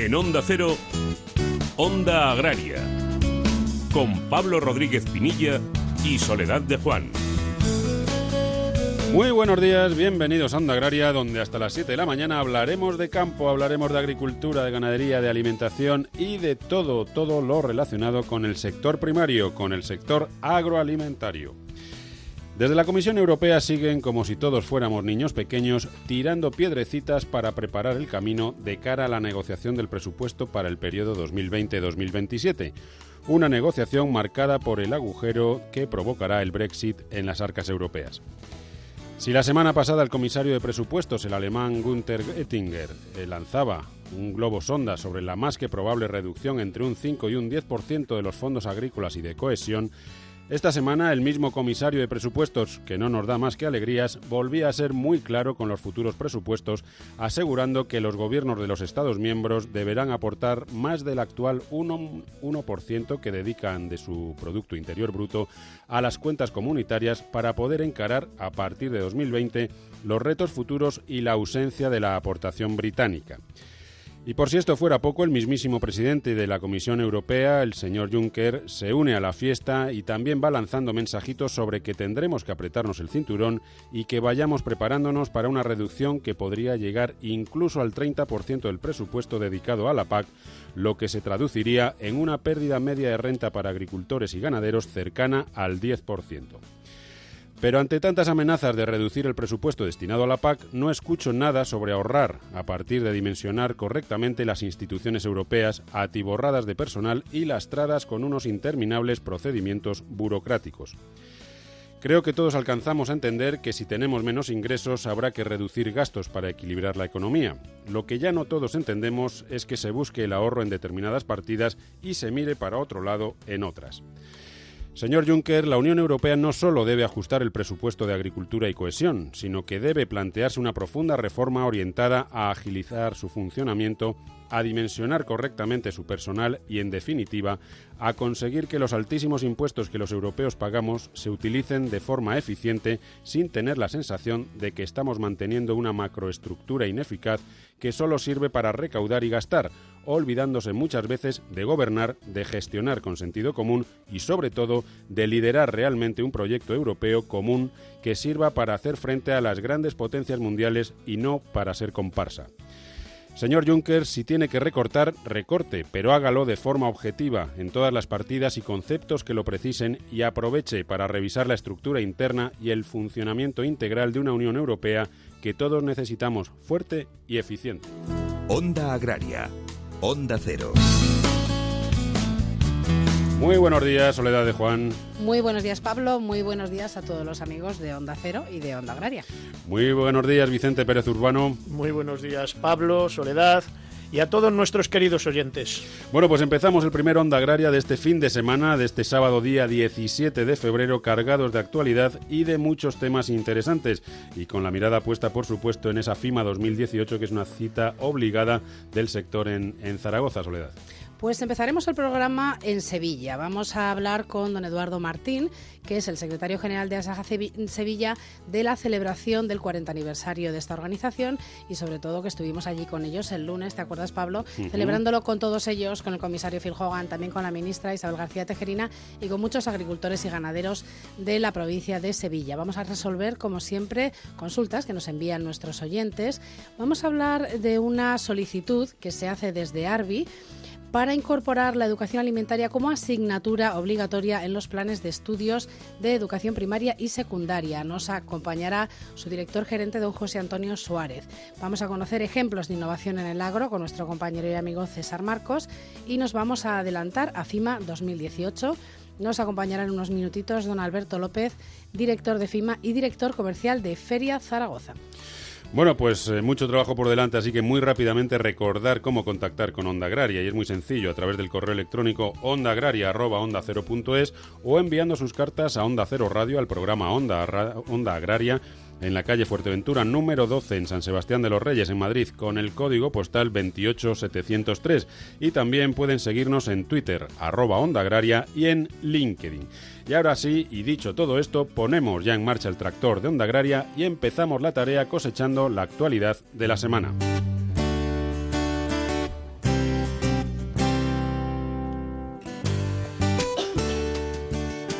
En Onda Cero, Onda Agraria, con Pablo Rodríguez Pinilla y Soledad de Juan. Muy buenos días, bienvenidos a Onda Agraria, donde hasta las 7 de la mañana hablaremos de campo, hablaremos de agricultura, de ganadería, de alimentación y de todo lo relacionado con el sector primario, con el sector agroalimentario. Desde la Comisión Europea siguen, como si todos fuéramos niños pequeños, tirando piedrecitas para preparar el camino de cara a la negociación del presupuesto para el periodo 2020-2027. Una negociación marcada por el agujero que provocará el Brexit en las arcas europeas. Si la semana pasada el comisario de presupuestos, el alemán Günther Oettinger, lanzaba un globo sonda sobre la más que probable reducción entre un 5 y un 10% de los fondos agrícolas y de cohesión, esta semana el mismo comisario de presupuestos, que no nos da más que alegrías, volvía a ser muy claro con los futuros presupuestos, asegurando que los gobiernos de los Estados miembros deberán aportar más del actual 1% que dedican de su Producto Interior Bruto a las cuentas comunitarias para poder encarar a partir de 2020 los retos futuros y la ausencia de la aportación británica. Y por si esto fuera poco, el mismísimo presidente de la Comisión Europea, el señor Juncker, se une a la fiesta y también va lanzando mensajitos sobre que tendremos que apretarnos el cinturón y que vayamos preparándonos para una reducción que podría llegar incluso al 30% del presupuesto dedicado a la PAC, lo que se traduciría en una pérdida media de renta para agricultores y ganaderos cercana al 10%. Pero ante tantas amenazas de reducir el presupuesto destinado a la PAC, no escucho nada sobre ahorrar a partir de dimensionar correctamente las instituciones europeas atiborradas de personal y lastradas con unos interminables procedimientos burocráticos. Creo que todos alcanzamos a entender que si tenemos menos ingresos habrá que reducir gastos para equilibrar la economía. Lo que ya no todos entendemos es que se busque el ahorro en determinadas partidas y se mire para otro lado en otras. Señor Juncker, la Unión Europea no solo debe ajustar el presupuesto de agricultura y cohesión, sino que debe plantearse una profunda reforma orientada a agilizar su funcionamiento, a dimensionar correctamente su personal y, en definitiva, a conseguir que los altísimos impuestos que los europeos pagamos se utilicen de forma eficiente sin tener la sensación de que estamos manteniendo una macroestructura ineficaz que solo sirve para recaudar y gastar, olvidándose muchas veces de gobernar, de gestionar con sentido común y, sobre todo, de liderar realmente un proyecto europeo común que sirva para hacer frente a las grandes potencias mundiales y no para ser comparsa. Señor Juncker, si tiene que recortar, recorte, pero hágalo de forma objetiva en todas las partidas y conceptos que lo precisen y aproveche para revisar la estructura interna y el funcionamiento integral de una Unión Europea que todos necesitamos fuerte y eficiente. Onda Agraria, Onda Cero. Muy buenos días, Soledad de Juan. Muy buenos días, Pablo. Muy buenos días a todos los amigos de Onda Cero y de Onda Agraria. Muy buenos días, Vicente Pérez Urbano. Muy buenos días, Pablo, Soledad y a todos nuestros queridos oyentes. Bueno, pues empezamos el primer Onda Agraria de este fin de semana, de este sábado día 17 de febrero, cargados de actualidad y de muchos temas interesantes. Y con la mirada puesta, por supuesto, en esa FIMA 2018, que es una cita obligada del sector en Zaragoza, Soledad. Pues empezaremos el programa en Sevilla. Vamos a hablar con don Eduardo Martín, que es el secretario general de Asaja Sevilla, de la celebración del 40 aniversario de esta organización y sobre todo que estuvimos allí con ellos el lunes, ¿te acuerdas, Pablo? Celebrándolo con todos ellos, con el comisario Phil Hogan, también con la ministra Isabel García Tejerina y con muchos agricultores y ganaderos de la provincia de Sevilla. Vamos a resolver, como siempre, consultas que nos envían nuestros oyentes. Vamos a hablar de una solicitud que se hace desde ARBI para incorporar la educación alimentaria como asignatura obligatoria en los planes de estudios de educación primaria y secundaria. Nos acompañará su director gerente, don José Antonio Suárez. Vamos a conocer ejemplos de innovación en el agro con nuestro compañero y amigo César Marcos y nos vamos a adelantar a FIMA 2018. Nos acompañará en unos minutitos don Alberto López, director de FIMA y director comercial de Feria Zaragoza. Bueno, pues mucho trabajo por delante, así que muy rápidamente recordar cómo contactar con Onda Agraria, y es muy sencillo, a través del correo electrónico ondaagraria@ondacero.es o enviando sus cartas a Onda Cero Radio al programa Onda Agraria en la calle Fuerteventura número 12 en San Sebastián de los Reyes, en Madrid, con el código postal 28703. Y también pueden seguirnos en Twitter, @Onda Agraria, y en LinkedIn. Y ahora sí, y dicho todo esto, ponemos ya en marcha el tractor de Onda Agraria y empezamos la tarea cosechando la actualidad de la semana.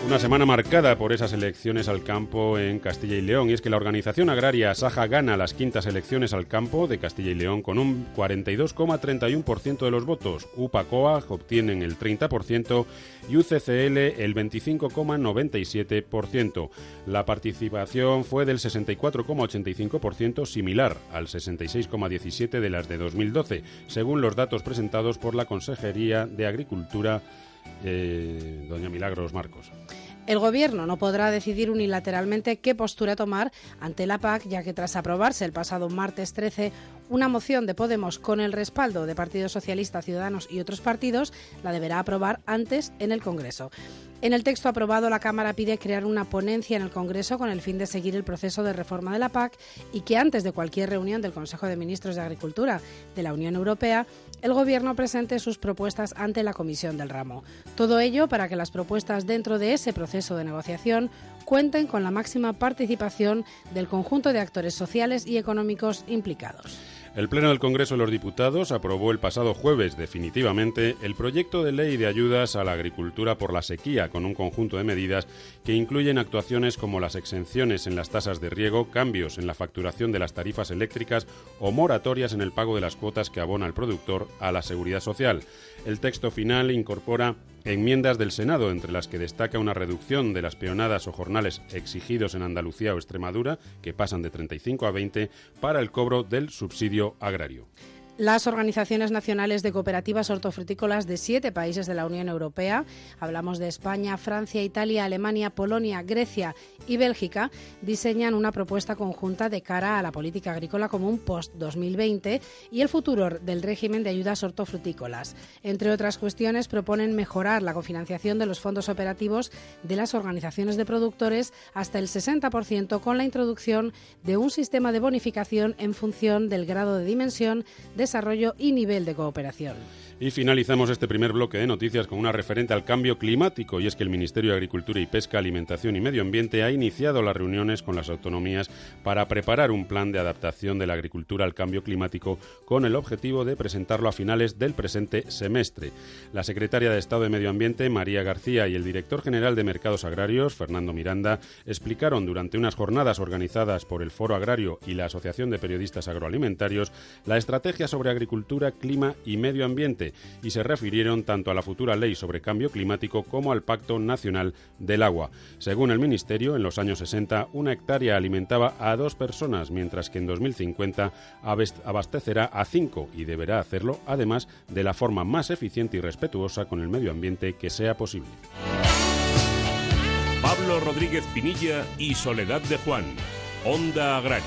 Una semana marcada por esas elecciones al campo en Castilla y León, y es que la organización agraria Asaja gana las quintas elecciones al campo de Castilla y León con un 42,31% de los votos. UPA-COAG obtienen el 30% y UCCL el 25,97%. La participación fue del 64,85%, similar al 66,17% de las de 2012, según los datos presentados por la Consejería de Agricultura, doña Milagros Marcos. El Gobierno no podrá decidir unilateralmente qué postura tomar ante la PAC, ya que tras aprobarse el pasado martes 13 una moción de Podemos con el respaldo de Partido Socialista, Ciudadanos y otros partidos, la deberá aprobar antes en el Congreso. En el texto aprobado, la Cámara pide crear una ponencia en el Congreso con el fin de seguir el proceso de reforma de la PAC y que antes de cualquier reunión del Consejo de Ministros de Agricultura de la Unión Europea, el Gobierno presente sus propuestas ante la Comisión del Ramo. Todo ello para que las propuestas dentro de ese proceso de negociación cuenten con la máxima participación del conjunto de actores sociales y económicos implicados. El Pleno del Congreso de los Diputados aprobó el pasado jueves definitivamente el proyecto de ley de ayudas a la agricultura por la sequía, con un conjunto de medidas que incluyen actuaciones como las exenciones en las tasas de riego, cambios en la facturación de las tarifas eléctricas o moratorias en el pago de las cuotas que abona el productor a la Seguridad Social. El texto final incorpora enmiendas del Senado, entre las que destaca una reducción de las peonadas o jornales exigidos en Andalucía o Extremadura, que pasan de 35 a 20, para el cobro del subsidio agrario. Las organizaciones nacionales de cooperativas hortofrutícolas de 7 países de la Unión Europea, hablamos de España, Francia, Italia, Alemania, Polonia, Grecia y Bélgica, diseñan una propuesta conjunta de cara a la política agrícola común post-2020 y el futuro del régimen de ayudas hortofrutícolas. Entre otras cuestiones, proponen mejorar la cofinanciación de los fondos operativos de las organizaciones de productores hasta el 60% con la introducción de un sistema de bonificación en función del grado de dimensión, desarrollo y nivel de cooperación. Y finalizamos este primer bloque de noticias con una referente al cambio climático, y es que el Ministerio de Agricultura y Pesca, Alimentación y Medio Ambiente ha iniciado las reuniones con las autonomías para preparar un plan de adaptación de la agricultura al cambio climático con el objetivo de presentarlo a finales del presente semestre. La secretaria de Estado de Medio Ambiente, María García, y el director general de Mercados Agrarios, Fernando Miranda, explicaron durante unas jornadas organizadas por el Foro Agrario y la Asociación de Periodistas Agroalimentarios la estrategia sobre agricultura, clima y medio ambiente, y se refirieron tanto a la futura ley sobre cambio climático como al Pacto Nacional del Agua. Según el Ministerio, en los años 60, una hectárea alimentaba a 2 personas, mientras que en 2050 abastecerá a 5 y deberá hacerlo, además, de la forma más eficiente y respetuosa con el medio ambiente que sea posible. Pablo Rodríguez Pinilla y Soledad de Juan, Onda Agraria.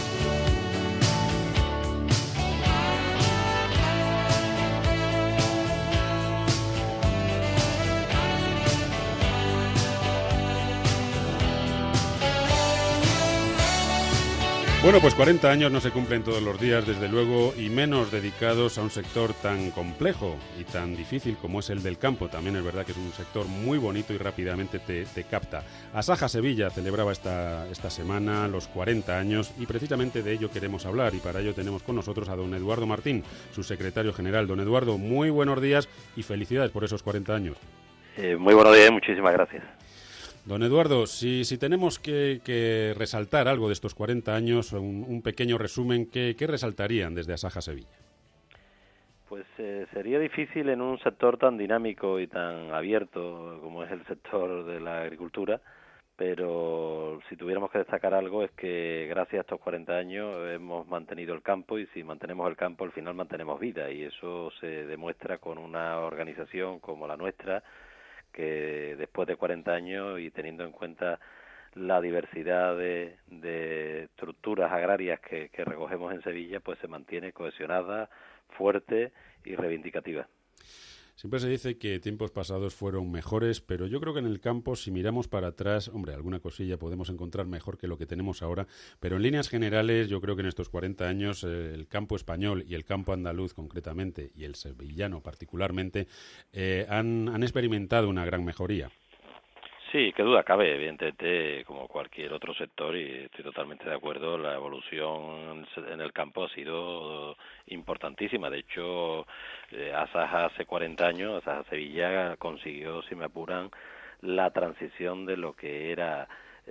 Bueno, pues 40 años no se cumplen todos los días, desde luego, y menos dedicados a un sector tan complejo y tan difícil como es el del campo. También es verdad que es un sector muy bonito y rápidamente te capta. Asaja Sevilla celebraba esta semana los 40 años y precisamente de ello queremos hablar, y para ello tenemos con nosotros a don Eduardo Martín, su secretario general. Don Eduardo, muy buenos días y felicidades por esos 40 años. Muy buenos días y muchísimas gracias. Don Eduardo, si tenemos que resaltar algo de estos 40 años, un pequeño resumen, ¿qué resaltarían desde Asaja Sevilla? Pues sería difícil en un sector tan dinámico y tan abierto como es el sector de la agricultura, pero si tuviéramos que destacar algo es que gracias a estos 40 años hemos mantenido el campo, y si mantenemos el campo al final mantenemos vida, y eso se demuestra con una organización como la nuestra, que después de 40 años y teniendo en cuenta la diversidad de estructuras agrarias que recogemos en Sevilla, pues se mantiene cohesionada, fuerte y reivindicativa. Siempre se dice que tiempos pasados fueron mejores, pero yo creo que en el campo, si miramos para atrás, hombre, alguna cosilla podemos encontrar mejor que lo que tenemos ahora, pero en líneas generales yo creo que en estos 40 años el campo español y el campo andaluz concretamente, y el sevillano particularmente, han experimentado una gran mejoría. Sí, qué duda cabe, evidentemente, como cualquier otro sector, y estoy totalmente de acuerdo, la evolución en el campo ha sido importantísima. De hecho, Asaja hace 40 años, Asaja Sevilla consiguió, si me apuran, la transición de lo que era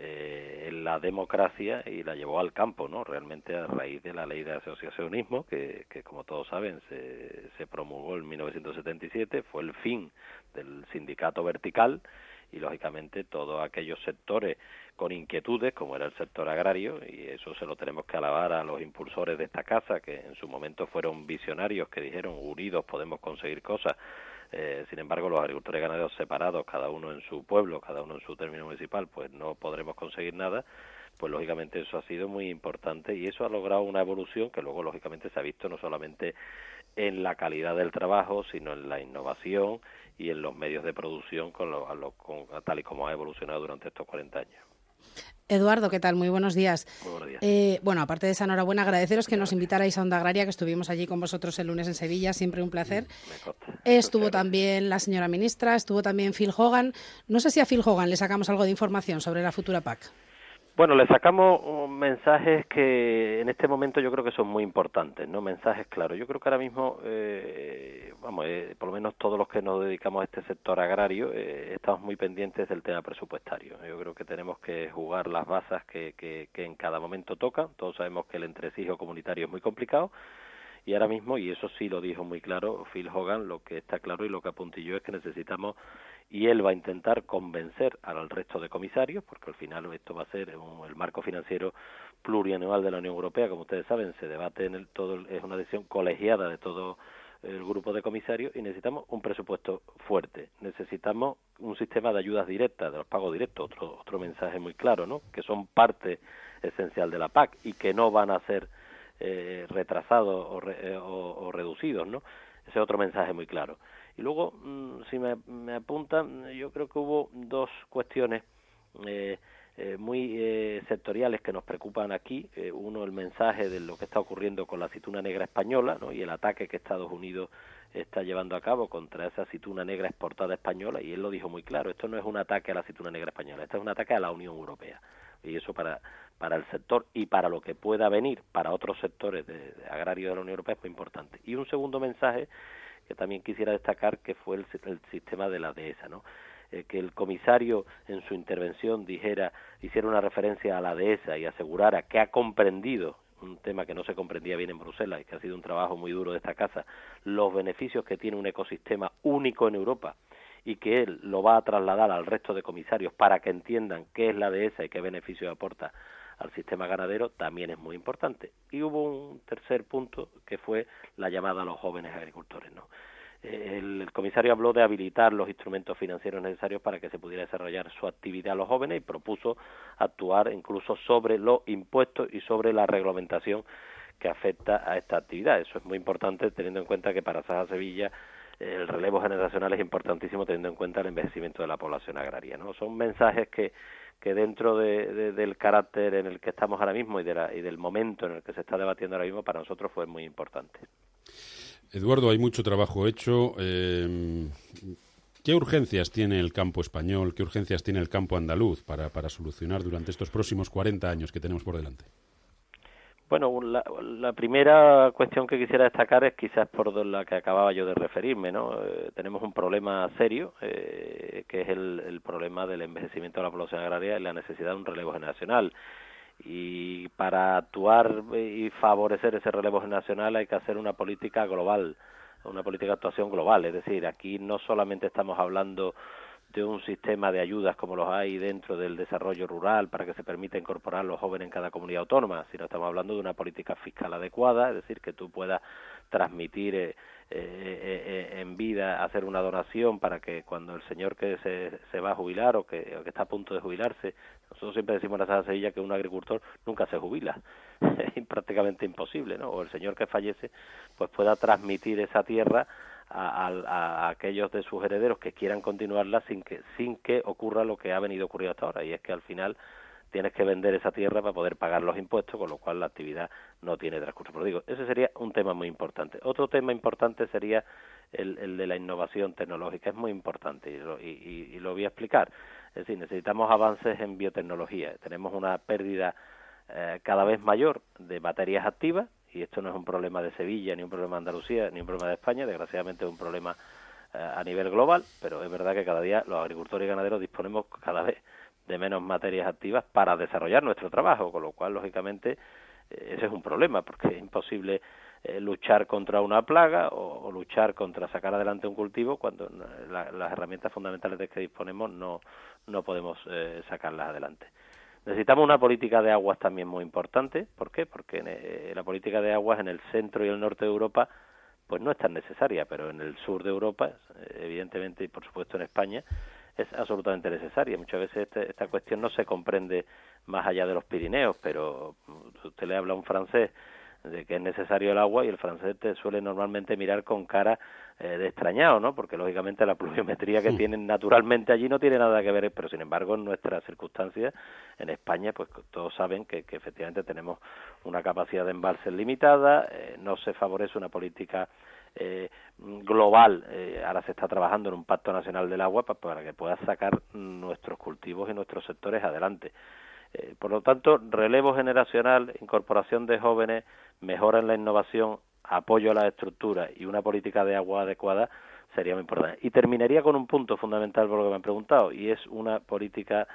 la democracia y la llevó al campo, ¿no? Realmente a raíz de la ley de asociacionismo que como todos saben se promulgó en 1977, fue el fin del sindicato vertical y lógicamente todos aquellos sectores con inquietudes, como era el sector agrario, y eso se lo tenemos que alabar a los impulsores de esta casa, que en su momento fueron visionarios, que dijeron unidos podemos conseguir cosas. Sin embargo, los agricultores y ganaderos separados, cada uno en su pueblo, cada uno en su término municipal, pues no podremos conseguir nada. Pues lógicamente eso ha sido muy importante y eso ha logrado una evolución que luego lógicamente se ha visto no solamente en la calidad del trabajo, sino en la innovación y en los medios de producción tal y como ha evolucionado durante estos 40 años. Eduardo, ¿qué tal? Muy buenos días. Muy buenos días. Bueno, aparte de esa enhorabuena, agradeceros que nos invitarais a Onda Agraria, que estuvimos allí con vosotros el lunes en Sevilla, siempre un placer. Me consta. Estuvo también la señora ministra, estuvo también Phil Hogan. No sé si a Phil Hogan le sacamos algo de información sobre la futura PAC. Bueno, le sacamos mensajes que en este momento yo creo que son muy importantes, ¿no? Mensajes claros. Yo creo que ahora mismo, por lo menos todos los que nos dedicamos a este sector agrario, estamos muy pendientes del tema presupuestario. Yo creo que tenemos que jugar las bazas que en cada momento tocan. Todos sabemos que el entresijo comunitario es muy complicado. Y ahora mismo, y eso sí lo dijo muy claro Phil Hogan, lo que está claro y lo que apuntilló es que necesitamos, y él va a intentar convencer al resto de comisarios, porque al final esto va a ser el marco financiero plurianual de la Unión Europea, como ustedes saben, se debate es una decisión colegiada de todo el grupo de comisarios, y necesitamos un presupuesto fuerte, necesitamos un sistema de ayudas directas, de los pagos directos, otro mensaje muy claro, ¿no? Que son parte esencial de la PAC y que no van a ser retrasados o reducidos, ¿no? Ese es otro mensaje muy claro. Y luego, si me apuntan, yo creo que hubo dos cuestiones muy sectoriales que nos preocupan aquí. Uno, el mensaje de lo que está ocurriendo con la aceituna negra española, ¿no? Y el ataque que Estados Unidos está llevando a cabo contra esa aceituna negra exportada española, y él lo dijo muy claro, esto no es un ataque a la aceituna negra española, esto es un ataque a la Unión Europea. Y eso para el sector y para lo que pueda venir para otros sectores de agrarios de la Unión Europea es muy importante. Y un segundo mensaje que también quisiera destacar, que fue el sistema de la dehesa, ¿no? Que el comisario en su intervención hiciera una referencia a la dehesa y asegurara que ha comprendido, un tema que no se comprendía bien en Bruselas y que ha sido un trabajo muy duro de esta casa, los beneficios que tiene un ecosistema único en Europa, y que él lo va a trasladar al resto de comisarios para que entiendan qué es la dehesa y qué beneficios aporta al sistema ganadero, también es muy importante. Y hubo un tercer punto que fue la llamada a los jóvenes agricultores, ¿no? El comisario habló de habilitar los instrumentos financieros necesarios para que se pudiera desarrollar su actividad a los jóvenes y propuso actuar incluso sobre los impuestos y sobre la reglamentación que afecta a esta actividad. Eso es muy importante teniendo en cuenta que para Saja Sevilla el relevo generacional es importantísimo teniendo en cuenta el envejecimiento de la población agraria, ¿no? Son mensajes que dentro del carácter en el que estamos ahora mismo y del momento en el que se está debatiendo ahora mismo, para nosotros fue muy importante. Eduardo, hay mucho trabajo hecho. ¿Qué urgencias tiene el campo español, qué urgencias tiene el campo andaluz para solucionar durante estos próximos 40 años que tenemos por delante? Bueno, la primera cuestión que quisiera destacar es quizás por la que acababa yo de referirme, ¿no? Tenemos un problema serio, que es el problema del envejecimiento de la población agraria y la necesidad de un relevo generacional. Y para actuar y favorecer ese relevo generacional hay que hacer una política global, una política de actuación global. Es decir, aquí no solamente estamos hablando de un sistema de ayudas como los hay dentro del desarrollo rural para que se permita incorporar a los jóvenes en cada comunidad autónoma, sino estamos hablando de una política fiscal adecuada, es decir, que tú puedas transmitir en vida, hacer una donación para que cuando el señor que se va a jubilar o que está a punto de jubilarse, nosotros siempre decimos en la Saja Sevilla que un agricultor nunca se jubila, es prácticamente imposible, ¿no? O el señor que fallece pues pueda transmitir esa tierra a aquellos de sus herederos que quieran continuarla sin que ocurra lo que ha venido ocurriendo hasta ahora, y es que al final tienes que vender esa tierra para poder pagar los impuestos, con lo cual la actividad no tiene transcurso. Pero digo, ese sería un tema muy importante. Otro tema importante sería el de la innovación tecnológica. Es muy importante y lo voy a explicar. Es decir, necesitamos avances en biotecnología. Tenemos una pérdida cada vez mayor de materias activas, y esto no es un problema de Sevilla, ni un problema de Andalucía, ni un problema de España, desgraciadamente es un problema a nivel global, pero es verdad que cada día los agricultores y ganaderos disponemos cada vez de menos materias activas para desarrollar nuestro trabajo, con lo cual, lógicamente, ese es un problema, porque es imposible luchar contra una plaga o luchar contra sacar adelante un cultivo cuando las herramientas fundamentales de que disponemos no podemos sacarlas adelante. Necesitamos una política de aguas también muy importante. ¿Por qué? Porque la política de aguas en el centro y el norte de Europa pues no es tan necesaria, pero en el sur de Europa, evidentemente, y por supuesto en España, es absolutamente necesaria. Muchas veces esta cuestión no se comprende más allá de los Pirineos, pero usted le habla a un francés de que es necesario el agua y el francés te suele normalmente mirar con cara de extrañado, ¿no? Porque lógicamente la pluviometría que tienen naturalmente allí no tiene nada que ver, pero sin embargo en nuestras circunstancias en España pues todos saben que efectivamente tenemos una capacidad de embalses limitada, no se favorece una política global, ahora se está trabajando en un pacto nacional del agua para que pueda sacar nuestros cultivos y nuestros sectores adelante. Por lo tanto, relevo generacional, incorporación de jóvenes, mejora en la innovación, apoyo a las estructuras y una política de agua adecuada sería muy importante. Y terminaría con un punto fundamental por lo que me han preguntado, y es una política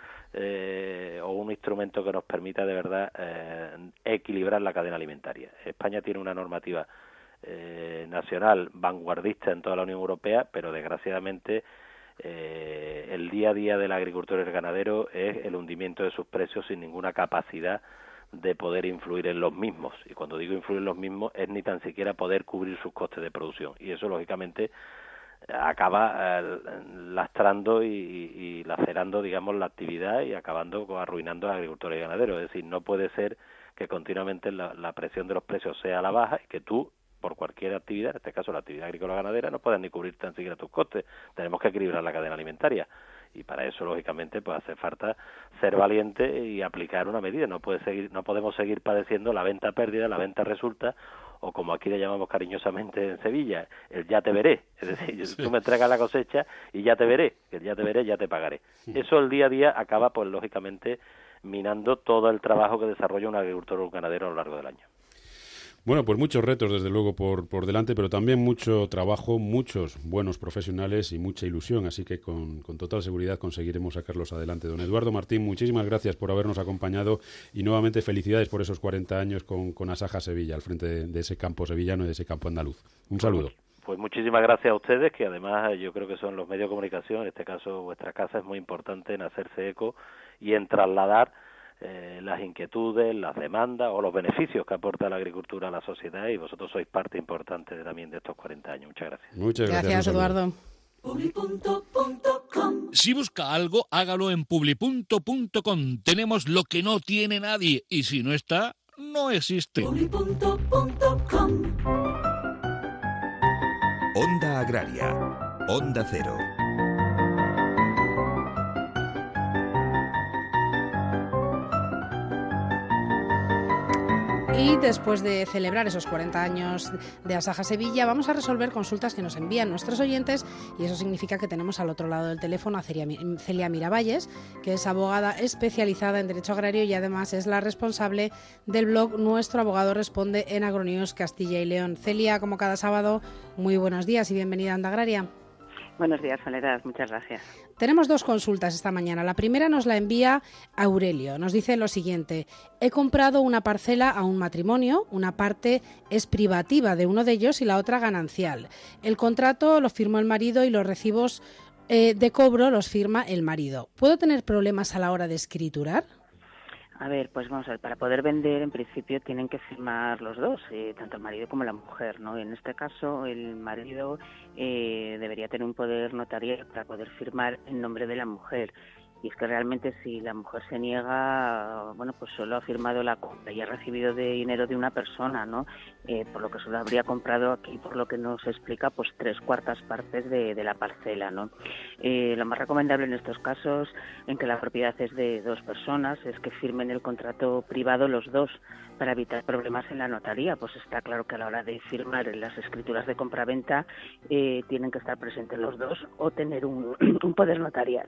o un instrumento que nos permita de verdad equilibrar la cadena alimentaria. España tiene una normativa nacional vanguardista en toda la Unión Europea, pero desgraciadamente el día a día del agricultor y el ganadero es el hundimiento de sus precios sin ninguna capacidad de poder influir en los mismos, y cuando digo influir en los mismos es ni tan siquiera poder cubrir sus costes de producción, y eso lógicamente acaba lastrando y lacerando, digamos, la actividad y acabando arruinando a agricultores y ganaderos. Es decir, no puede ser que continuamente la presión de los precios sea a la baja y que tú, por cualquier actividad, en este caso la actividad agrícola ganadera, no puedas ni cubrir tan siquiera tus costes. Tenemos que equilibrar la cadena alimentaria y para eso lógicamente pues hace falta ser valiente y aplicar una medida. No podemos seguir padeciendo la venta pérdida, la venta resulta, o como aquí le llamamos cariñosamente en Sevilla, el ya te veré. Es decir, tú me entregas la cosecha y ya te veré, que el ya te veré, ya te pagaré. Eso el día a día acaba pues lógicamente minando todo el trabajo que desarrolla un agricultor o un ganadero a lo largo del año. Bueno, pues muchos retos, desde luego, por delante, pero también mucho trabajo, muchos buenos profesionales y mucha ilusión, así que con total seguridad conseguiremos sacarlos adelante. Don Eduardo Martín, muchísimas gracias por habernos acompañado y nuevamente felicidades por esos 40 años con Asaja Sevilla, al frente de ese campo sevillano y de ese campo andaluz. Un saludo. Pues muchísimas gracias a ustedes, que además yo creo que son los medios de comunicación, en este caso vuestra casa es muy importante en hacerse eco y en trasladar las inquietudes, las demandas o los beneficios que aporta la agricultura a la sociedad, y vosotros sois parte importante también de estos 40 años. Muchas gracias. Muchas gracias, Eduardo. Si busca algo, hágalo en publi.com. Tenemos lo que no tiene nadie, y si no está, no existe. Onda Agraria, Onda Cero. Y después de celebrar esos 40 años de Asaja Sevilla, vamos a resolver consultas que nos envían nuestros oyentes, y eso significa que tenemos al otro lado del teléfono a Celia Miravalles, que es abogada especializada en Derecho Agrario y además es la responsable del blog Nuestro Abogado Responde en Agronews Castilla y León. Celia, como cada sábado, muy buenos días y bienvenida a Onda Agraria. Buenos días, Soledad. Muchas gracias. Tenemos dos consultas esta mañana. La primera nos la envía Aurelio. Nos dice lo siguiente: he comprado una parcela a un matrimonio, una parte es privativa de uno de ellos y la otra ganancial. El contrato lo firmó el marido y los recibos de cobro los firma el marido. ¿Puedo tener problemas a la hora de escriturar? A ver, pues vamos a ver, para poder vender en principio tienen que firmar los dos, tanto el marido como la mujer, ¿no? En este caso el marido debería tener un poder notarial para poder firmar en nombre de la mujer. Y es que realmente si la mujer se niega, bueno, pues solo ha firmado la compra y ha recibido de dinero de una persona, ¿no? Por lo que solo habría comprado aquí, por lo que nos explica, pues 3/4 partes de la parcela, ¿no? Lo más recomendable en estos casos, en que la propiedad es de dos personas, es que firmen el contrato privado los dos, para evitar problemas en la notaría. Pues está claro que a la hora de firmar en las escrituras de compraventa tienen que estar presentes los dos o tener un poder notarial.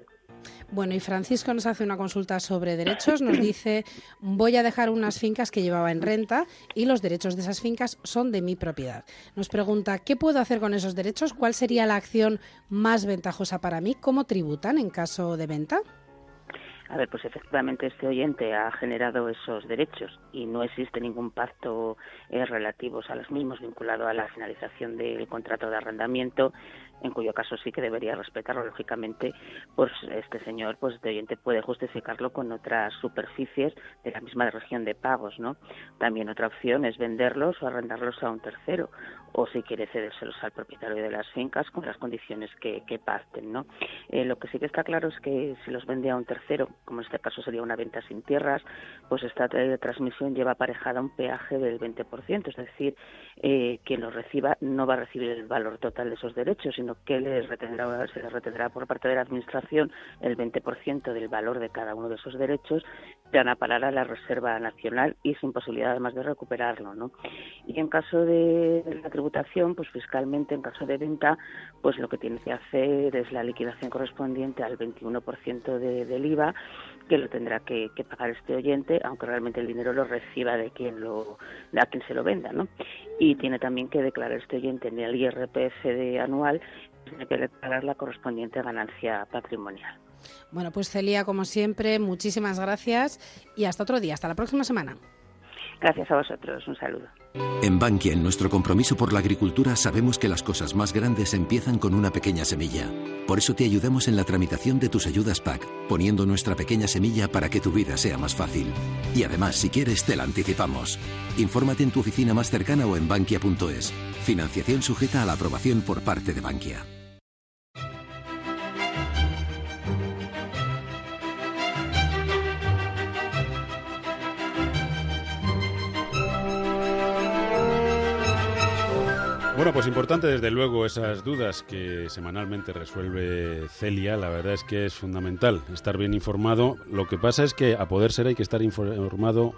Bueno, y Francisco nos hace una consulta sobre derechos. Nos dice, voy a dejar unas fincas que llevaba en renta y los derechos de esas fincas son de mi propiedad. Nos pregunta, ¿qué puedo hacer con esos derechos? ¿Cuál sería la acción más ventajosa para mí? ¿Cómo tributan en caso de venta? A ver, pues efectivamente este oyente ha generado esos derechos y no existe ningún pacto relativos a los mismos vinculado a la finalización del contrato de arrendamiento, en cuyo caso sí que debería respetarlo. Lógicamente, pues este señor, pues este oyente puede justificarlo con otras superficies de la misma región de pagos, ¿no? También otra opción es venderlos o arrendarlos a un tercero, o si quiere cedérselos al propietario de las fincas con las condiciones que pacten, ¿no? Lo que sí que está claro es que si los vende a un tercero, como en este caso sería una venta sin tierras, pues esta transmisión lleva aparejada un peaje del 20%, es decir, quien los reciba no va a recibir el valor total de esos derechos, sino que se les retendrá por parte de la Administración el 20% del valor de cada uno de esos derechos, que van a parar a la Reserva Nacional y sin posibilidad además de recuperarlo, ¿no? Y en caso de la tributación, pues fiscalmente en caso de venta, pues lo que tiene que hacer es la liquidación correspondiente al 21% del IVA, que lo tendrá que pagar este oyente, aunque realmente el dinero lo reciba de quien se lo venda, ¿no? Y tiene también que declarar este oyente en el IRPF anual, tiene que declarar la correspondiente ganancia patrimonial. Bueno, pues Celia, como siempre, muchísimas gracias y hasta otro día, hasta la próxima semana. Gracias a vosotros, un saludo. En Bankia, en nuestro compromiso por la agricultura, sabemos que las cosas más grandes empiezan con una pequeña semilla. Por eso te ayudamos en la tramitación de tus ayudas PAC, poniendo nuestra pequeña semilla para que tu vida sea más fácil. Y además, si quieres, te la anticipamos. Infórmate en tu oficina más cercana o en bankia.es. Financiación sujeta a la aprobación por parte de Bankia. Bueno, pues importante desde luego esas dudas que semanalmente resuelve Celia. La verdad es que es fundamental estar bien informado. Lo que pasa es que a poder ser hay que estar informado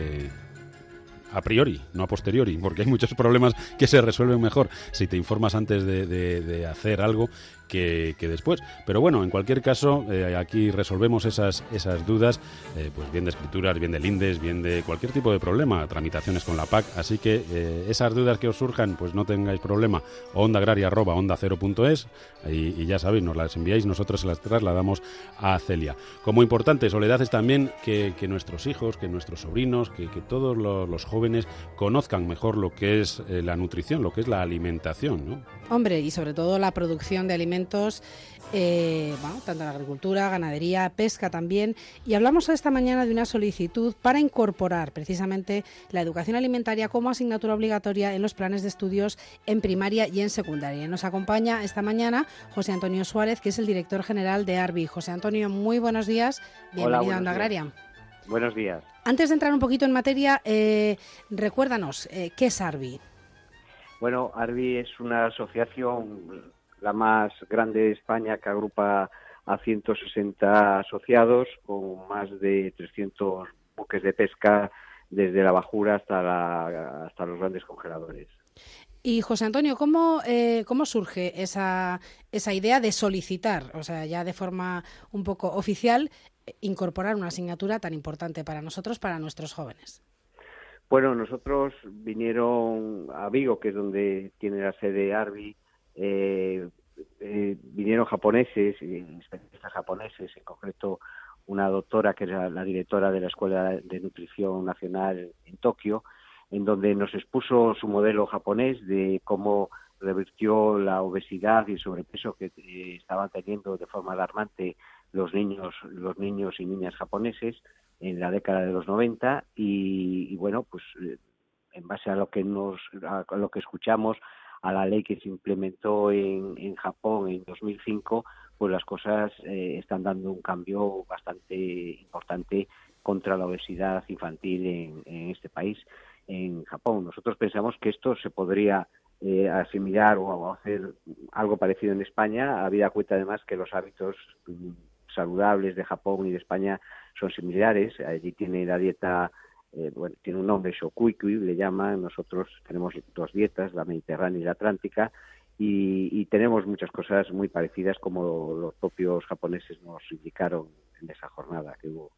a priori, no a posteriori, porque hay muchos problemas que se resuelven mejor si te informas antes de hacer algo que después. Pero bueno, en cualquier caso, aquí resolvemos esas dudas, pues bien de escrituras, bien de lindes, bien de cualquier tipo de problema, tramitaciones con la PAC. Así que esas dudas que os surjan, pues no tengáis problema. ondaagraria@ondacero.es y ya sabéis, nos las enviáis, nosotros se las trasladamos a Celia. Como importante, Soledad, es también que nuestros hijos, que nuestros sobrinos, que todos los jóvenes conozcan mejor lo que es la nutrición, lo que es la alimentación, ¿no? Hombre, y sobre todo la producción de alimentos, tanto en la agricultura, ganadería, pesca también. Y hablamos esta mañana de una solicitud para incorporar precisamente la educación alimentaria como asignatura obligatoria en los planes de estudios en primaria y en secundaria. Nos acompaña esta mañana José Antonio Suárez, que es el director general de ARBI. José Antonio, muy buenos días. Bienvenido a Onda Agraria. Buenos días. Antes de entrar un poquito en materia, recuérdanos, ¿qué es ARBI? Bueno, ARBI es una asociación, la más grande de España, que agrupa a 160 asociados con más de 300 buques de pesca, desde la bajura hasta los grandes congeladores. Y José Antonio, ¿cómo surge esa idea de solicitar, o sea, ya de forma un poco oficial, incorporar una asignatura tan importante para nosotros, para nuestros jóvenes? Bueno, nosotros vinieron a Vigo, que es donde tiene la sede ARBI, vinieron japoneses, especialistas japoneses, en concreto una doctora que era la directora de la Escuela de Nutrición Nacional en Tokio, en donde nos expuso su modelo japonés de cómo revirtió la obesidad y el sobrepeso que estaban teniendo de forma alarmante los niños y niñas japoneses en la década de los 90 y bueno, pues en base a lo que escuchamos, a la ley que se implementó en Japón en 2005, pues las cosas están dando un cambio bastante importante contra la obesidad infantil en este país, en Japón. Nosotros pensamos que esto se podría asimilar o hacer algo parecido en España, habida cuenta además que los hábitos saludables de Japón y de España son similares. Allí tiene la dieta, tiene un nombre, Shokuikui, le llaman. Nosotros tenemos dos dietas, la mediterránea y la atlántica, y tenemos muchas cosas muy parecidas, como los propios japoneses nos indicaron en esa jornada que hubo.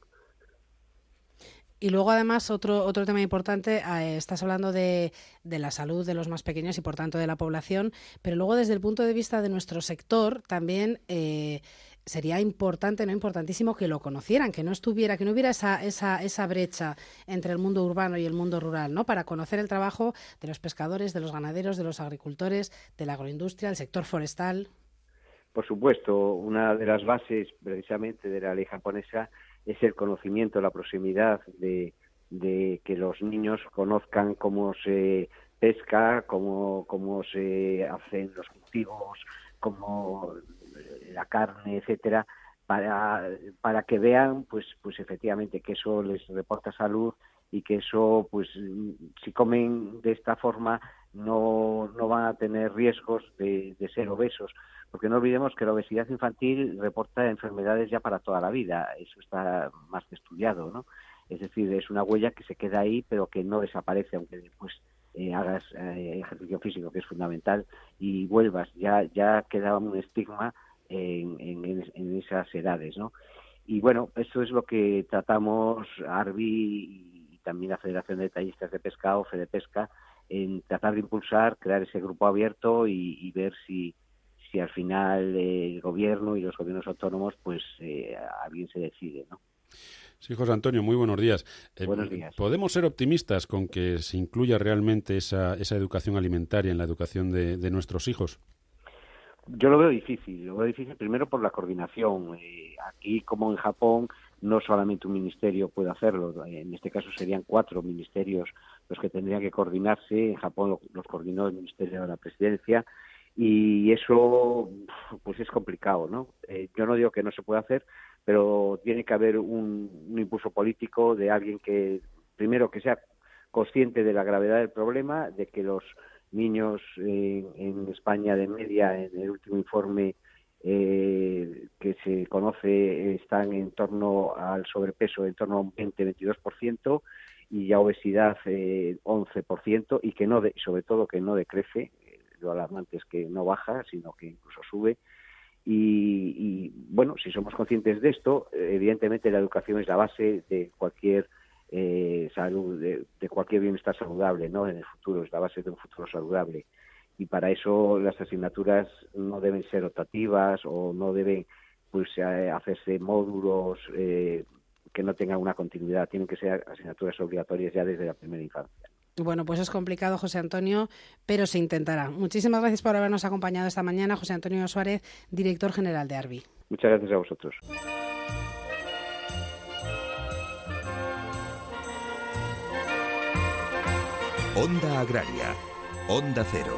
Y luego, además, otro tema importante, estás hablando de la salud de los más pequeños y, por tanto, de la población, pero luego, desde el punto de vista de nuestro sector, también sería importante, no importantísimo, que lo conocieran, que no hubiera esa brecha entre el mundo urbano y el mundo rural, ¿no? Para conocer el trabajo de los pescadores, de los ganaderos, de los agricultores, de la agroindustria, del sector forestal. Por supuesto, una de las bases, precisamente, de la ley japonesa es el conocimiento, la proximidad de que los niños conozcan cómo se pesca, cómo se hacen los cultivos, cómo la carne, etcétera, para que vean, pues efectivamente, que eso les reporta salud y que eso, pues si comen de esta forma no van a tener riesgos de ser obesos. Porque no olvidemos que la obesidad infantil reporta enfermedades ya para toda la vida. Eso está más que estudiado, ¿no? Es decir, es una huella que se queda ahí, pero que no desaparece, aunque después hagas ejercicio físico, que es fundamental, y vuelvas. Ya queda un estigma en esas edades, ¿no? Y bueno, eso es lo que tratamos ARBI y también la Federación de Detallistas de Pescado, FEDEPESCA, en tratar de impulsar, crear ese grupo abierto y ver si al final el gobierno y los gobiernos autónomos, pues a bien se decide, ¿no? Sí, José Antonio, muy buenos días. Buenos días. ¿Podemos ser optimistas con que se incluya realmente esa educación alimentaria en la educación de nuestros hijos? Yo lo veo difícil primero por la coordinación. Aquí, como en Japón, no solamente un ministerio puede hacerlo, en este caso serían 4 ministerios los que tendrían que coordinarse. En Japón los coordinó el Ministerio de la Presidencia, y eso pues es complicado, ¿no? Yo no digo que no se pueda hacer, pero tiene que haber un impulso político de alguien que, primero, que sea consciente de la gravedad del problema, de que los niños en España de media, en el último informe que se conoce, están en torno al sobrepeso, en torno a un 20-22%, y a obesidad 11%, y que sobre todo que no decrece. Lo alarmante es que no baja, sino que incluso sube. Y bueno, si somos conscientes de esto, evidentemente la educación es la base de cualquier salud, de cualquier bienestar saludable, ¿no? En el futuro, es la base de un futuro saludable. Y para eso las asignaturas no deben ser optativas o no deben hacerse módulos que no tengan una continuidad. Tienen que ser asignaturas obligatorias ya desde la primera infancia. Bueno, pues es complicado, José Antonio, pero se intentará. Muchísimas gracias por habernos acompañado esta mañana, José Antonio Suárez, director general de ARBI. Muchas gracias a vosotros. Onda Agraria, Onda Cero.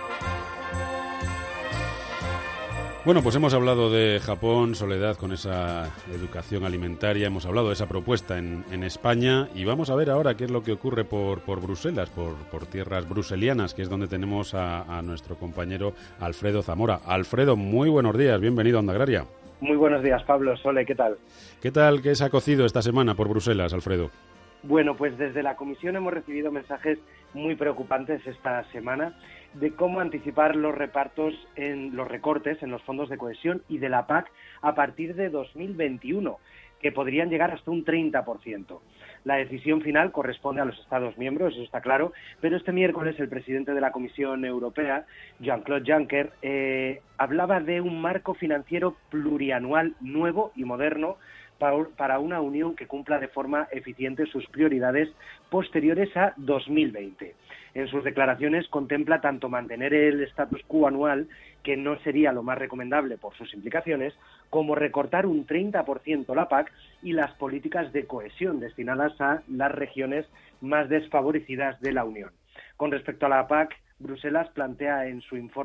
Bueno, pues hemos hablado de Japón, Soledad, con esa educación alimentaria, hemos hablado de esa propuesta en España, y vamos a ver ahora qué es lo que ocurre por Bruselas, por tierras bruselianas, que es donde tenemos a nuestro compañero Alfredo Zamora. Alfredo, muy buenos días, bienvenido a Onda Agraria. Muy buenos días, Pablo. Sole, ¿qué tal? ¿Qué tal? ¿Qué se ha cocido esta semana por Bruselas, Alfredo? Bueno, pues desde la Comisión hemos recibido mensajes muy preocupantes esta semana de cómo anticipar los recortes en los fondos de cohesión y de la PAC a partir de 2021, que podrían llegar hasta un 30%. La decisión final corresponde a los Estados miembros, eso está claro, pero este miércoles el presidente de la Comisión Europea, Jean-Claude Juncker, hablaba de un marco financiero plurianual nuevo y moderno para una Unión que cumpla de forma eficiente sus prioridades posteriores a 2020. En sus declaraciones contempla tanto mantener el status quo anual, que no sería lo más recomendable por sus implicaciones, como recortar un 30% la PAC y las políticas de cohesión destinadas a las regiones más desfavorecidas de la Unión. Con respecto a la PAC, Bruselas plantea en su informe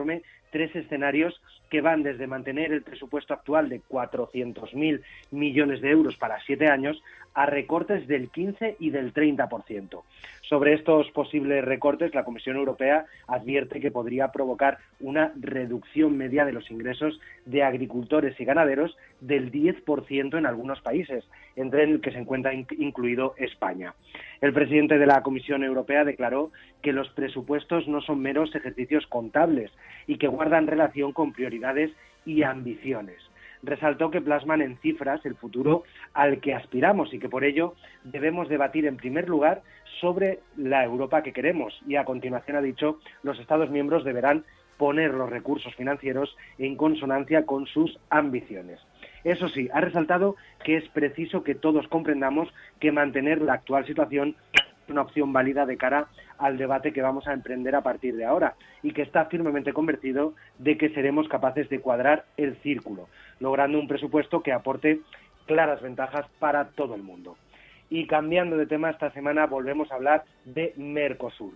3 escenarios que van desde mantener el presupuesto actual de 400.000 millones de euros para 7 años a recortes del 15 y del 30%. Sobre estos posibles recortes, la Comisión Europea advierte que podría provocar una reducción media de los ingresos de agricultores y ganaderos del 10% en algunos países, entre el que se encuentra incluido España. El presidente de la Comisión Europea declaró que los presupuestos no son meros ejercicios contables y que guardan relación con prioridades y ambiciones. Resaltó que plasman en cifras el futuro al que aspiramos y que por ello debemos debatir en primer lugar sobre la Europa que queremos y a continuación ha dicho los Estados miembros deberán poner los recursos financieros en consonancia con sus ambiciones. Eso sí, ha resaltado que es preciso que todos comprendamos que mantener la actual situación es una opción válida de cara al debate que vamos a emprender a partir de ahora y que está firmemente convencido de que seremos capaces de cuadrar el círculo, logrando un presupuesto que aporte claras ventajas para todo el mundo. Y cambiando de tema, esta semana volvemos a hablar de Mercosur.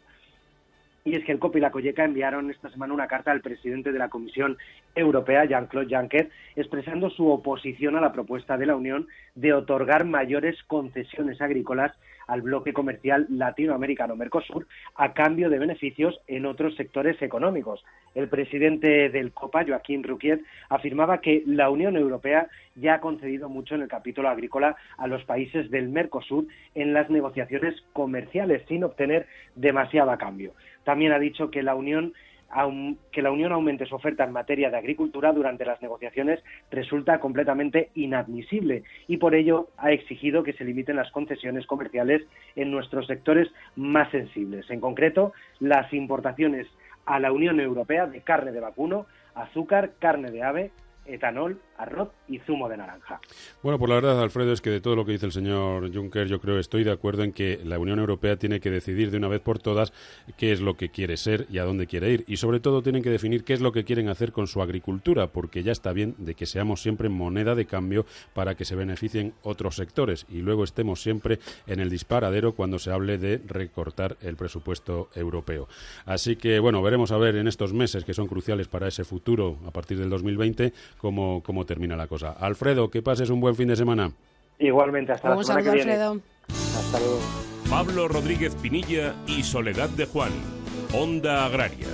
Y es que el COP y la COGECA enviaron esta semana una carta al presidente de la Comisión Europea, Jean-Claude Juncker, expresando su oposición a la propuesta de la Unión de otorgar mayores concesiones agrícolas al bloque comercial latinoamericano Mercosur a cambio de beneficios en otros sectores económicos. El presidente del COPA, Joaquín Rouquier, afirmaba que la Unión Europea ya ha concedido mucho en el capítulo agrícola a los países del Mercosur en las negociaciones comerciales sin obtener demasiado a cambio. También ha dicho que la Unión aumente su oferta en materia de agricultura durante las negociaciones resulta completamente inadmisible y por ello ha exigido que se limiten las concesiones comerciales en nuestros sectores más sensibles, en concreto las importaciones a la Unión Europea de carne de vacuno, azúcar, carne de ave, etanol, arroz y zumo de naranja. Bueno, pues la verdad, Alfredo, es que de todo lo que dice el señor Juncker, yo creo, estoy de acuerdo en que la Unión Europea tiene que decidir de una vez por todas qué es lo que quiere ser y a dónde quiere ir. Y sobre todo tienen que definir qué es lo que quieren hacer con su agricultura, porque ya está bien de que seamos siempre moneda de cambio para que se beneficien otros sectores y luego estemos siempre en el disparadero cuando se hable de recortar el presupuesto europeo. Así que, bueno, veremos a ver en estos meses que son cruciales para ese futuro a partir del 2020 cómo termina la cosa. Alfredo, que pases un buen fin de semana. Igualmente, hasta la semana que viene. Alfredo. Hasta luego. Pablo Rodríguez Pinilla y Soledad de Juan. Onda Agraria.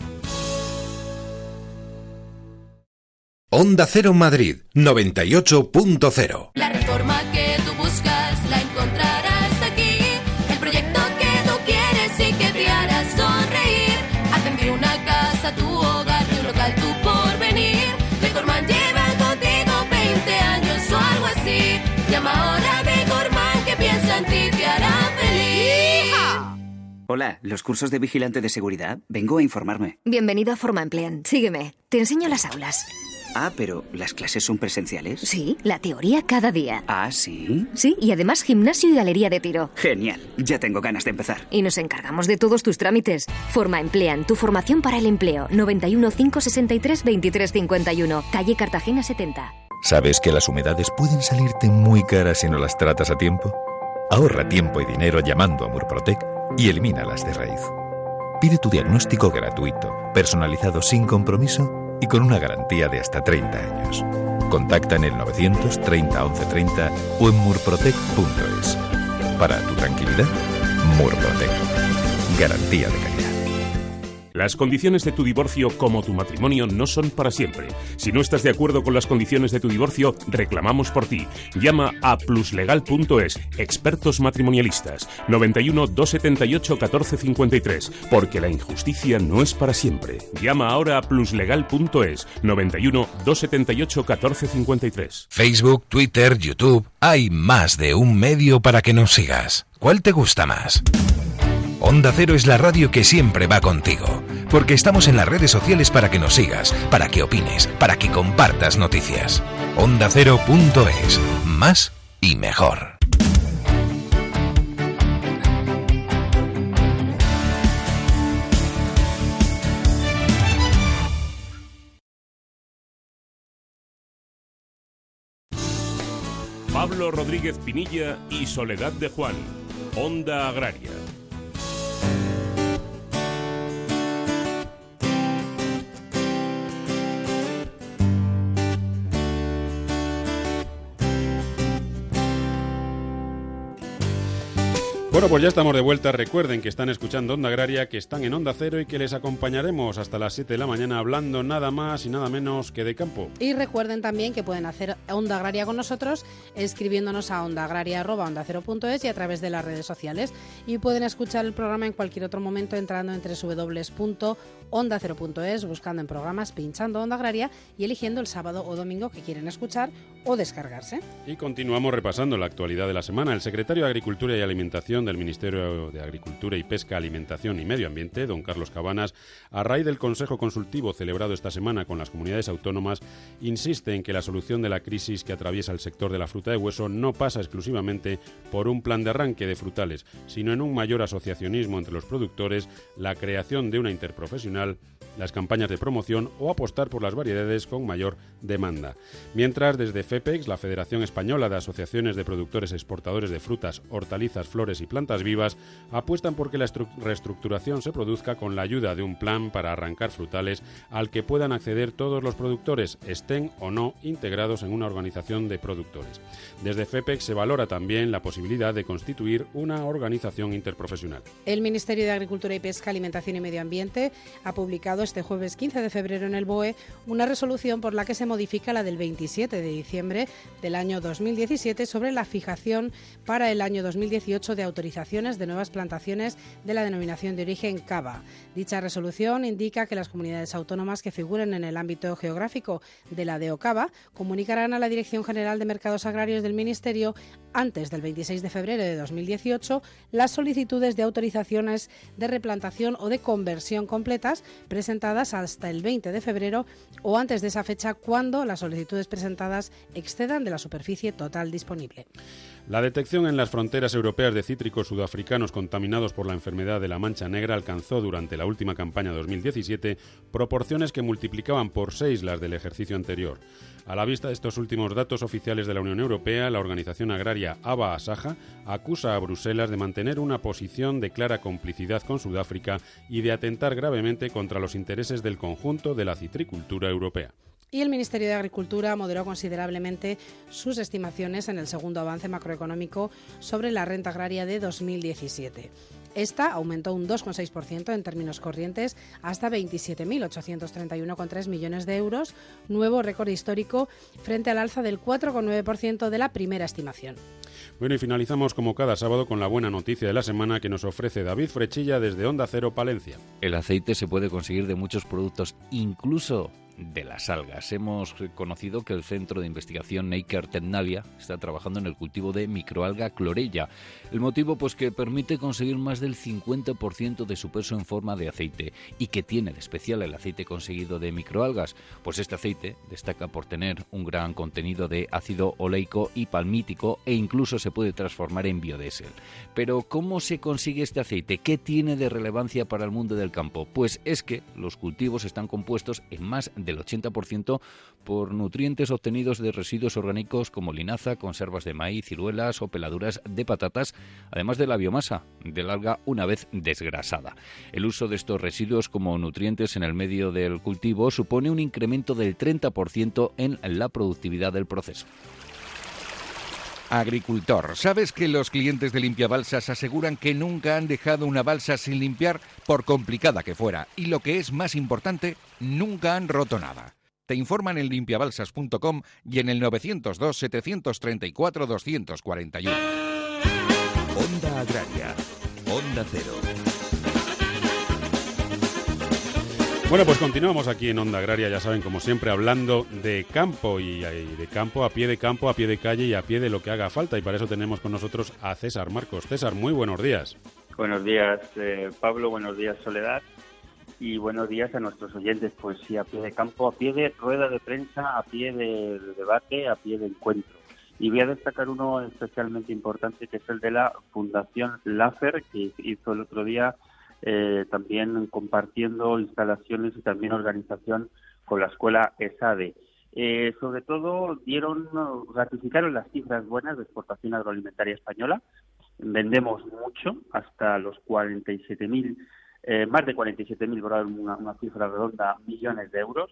Onda Cero Madrid, 98.0. La reforma que tú buscas la encontrarás aquí. El proyecto que tú quieres y que te hará sonreír. Atender una casa, tu hogar, tu local, tu porvenir. Decorman lleva contigo 20 años o algo así. Llama ahora a Decorman que piensa en ti, te hará feliz. Hola, ¿los cursos de vigilante de seguridad? Vengo a informarme. Bienvenido a Forma Emplean. Sígueme. Te enseño las aulas. Ah, pero ¿las clases son presenciales? Sí, la teoría cada día. Ah, ¿sí? Sí, y además gimnasio y galería de tiro. Genial, ya tengo ganas de empezar. Y nos encargamos de todos tus trámites. Forma Emplean, tu formación para el empleo. 91 563 23 51, calle Cartagena 70. ¿Sabes que las humedades pueden salirte muy caras si no las tratas a tiempo? Ahorra tiempo y dinero llamando a Murprotec y elimínalas de raíz. Pide tu diagnóstico gratuito, personalizado sin compromiso y con una garantía de hasta 30 años. Contacta en el 930 1130 o en murprotec.es. Para tu tranquilidad, Murprotec. Garantía de calidad. Las condiciones de tu divorcio como tu matrimonio no son para siempre. Si no estás de acuerdo con las condiciones de tu divorcio, reclamamos por ti. Llama a pluslegal.es, expertos matrimonialistas, 91 278 1453, porque la injusticia no es para siempre. Llama ahora a pluslegal.es, 91 278 1453. Facebook, Twitter, YouTube, hay más de un medio para que nos sigas. ¿Cuál te gusta más? Onda Cero es la radio que siempre va contigo, porque estamos en las redes sociales para que nos sigas, para que opines, para que compartas noticias. OndaCero.es, más y mejor. Pablo Rodríguez Pinilla y Soledad de Juan. Onda Agraria. Bueno, pues ya estamos de vuelta. Recuerden que están escuchando Onda Agraria, que están en Onda Cero y que les acompañaremos hasta las 7 de la mañana hablando nada más y nada menos que de campo. Y recuerden también que pueden hacer Onda Agraria con nosotros escribiéndonos a ondaagraria@ondacero.es y a través de las redes sociales. Y pueden escuchar el programa en cualquier otro momento entrando en www.ondacero.es, buscando en programas, pinchando Onda Agraria y eligiendo el sábado o domingo que quieren escuchar o descargarse. Y continuamos repasando la actualidad de la semana. El secretario de Agricultura y Alimentación del Ministerio de Agricultura y Pesca, Alimentación y Medio Ambiente, don Carlos Cabanas, a raíz del Consejo Consultivo celebrado esta semana con las comunidades autónomas, insiste en que la solución de la crisis que atraviesa el sector de la fruta de hueso no pasa exclusivamente por un plan de arranque de frutales, sino en un mayor asociacionismo entre los productores, la creación de una interprofesional, las campañas de promoción o apostar por las variedades con mayor demanda. Mientras, desde FEPEX, la Federación Española de Asociaciones de Productores Exportadores de Frutas, Hortalizas, Flores y Plantas Vivas, apuestan por que la reestructuración se produzca con la ayuda de un plan para arrancar frutales al que puedan acceder todos los productores, estén o no integrados en una organización de productores. Desde FEPEX se valora también la posibilidad de constituir una organización interprofesional. El Ministerio de Agricultura y Pesca, Alimentación y Medio Ambiente ha publicado este jueves 15 de febrero en el BOE una resolución por la que se modifica la del 27 de diciembre del año 2017 sobre la fijación para el año 2018 de autorizaciones de nuevas plantaciones de la denominación de origen cava. Dicha resolución indica que las comunidades autónomas que figuren en el ámbito geográfico de la DEOCAVA comunicarán a la Dirección General de Mercados Agrarios del Ministerio antes del 26 de febrero de 2018 las solicitudes de autorizaciones de replantación o de conversión completas presentadas hasta el 20 de febrero o antes de esa fecha cuando las solicitudes presentadas excedan de la superficie total disponible. La detección en las fronteras europeas de cítricos sudafricanos contaminados por la enfermedad de la mancha negra alcanzó durante la última campaña 2017 proporciones que multiplicaban por 6 las del ejercicio anterior. A la vista de estos últimos datos oficiales de la Unión Europea, la organización agraria ABA-ASAJA acusa a Bruselas de mantener una posición de clara complicidad con Sudáfrica y de atentar gravemente contra los intereses del conjunto de la citricultura europea. Y el Ministerio de Agricultura moderó considerablemente sus estimaciones en el segundo avance macroeconómico sobre la renta agraria de 2017. Esta aumentó un 2,6% en términos corrientes hasta 27.831,3 millones de euros, nuevo récord histórico frente al alza del 4,9% de la primera estimación. Bueno, y finalizamos como cada sábado con la buena noticia de la semana que nos ofrece David Frechilla desde Onda Cero Palencia. El aceite se puede conseguir de muchos productos, incluso de las algas. Hemos conocido que el Centro de Investigación Neiker Tecnalia está trabajando en el cultivo de microalga clorella. El motivo, pues que permite conseguir más del 50% de su peso en forma de aceite. ¿Y qué tiene de especial el aceite conseguido de microalgas? Pues este aceite destaca por tener un gran contenido de ácido oleico y palmítico e incluso se puede transformar en biodiesel. Pero ¿cómo se consigue este aceite? ¿Qué tiene de relevancia para el mundo del campo? Pues es que los cultivos están compuestos en más del 80% por nutrientes obtenidos de residuos orgánicos como linaza, conservas de maíz, ciruelas o peladuras de patatas, además de la biomasa del alga una vez desgrasada. El uso de estos residuos como nutrientes en el medio del cultivo supone un incremento del 30% en la productividad del proceso. Agricultor, ¿sabes que los clientes de Limpiabalsas aseguran que nunca han dejado una balsa sin limpiar, por complicada que fuera? Y lo que es más importante, nunca han roto nada. Te informan en limpiabalsas.com y en el 902-734-241. Onda Agraria, Onda Cero. Bueno, pues continuamos aquí en Onda Agraria, ya saben, como siempre, hablando de campo y de campo, a pie de calle y a pie de lo que haga falta. Y para eso tenemos con nosotros a César Marcos. César, muy buenos días. Buenos días, Pablo, buenos días, Soledad, y buenos días a nuestros oyentes. Pues sí, a pie de campo, a pie de rueda de prensa, a pie de debate, a pie de encuentro. Y voy a destacar uno especialmente importante, que es el de la Fundación LAFER, que hizo el otro día también compartiendo instalaciones y también organización con la escuela ESADE. Sobre todo ratificaron las cifras buenas de exportación agroalimentaria española. Vendemos mucho, hasta los 47.000, más de 47.000, por dar una cifra redonda, millones de euros.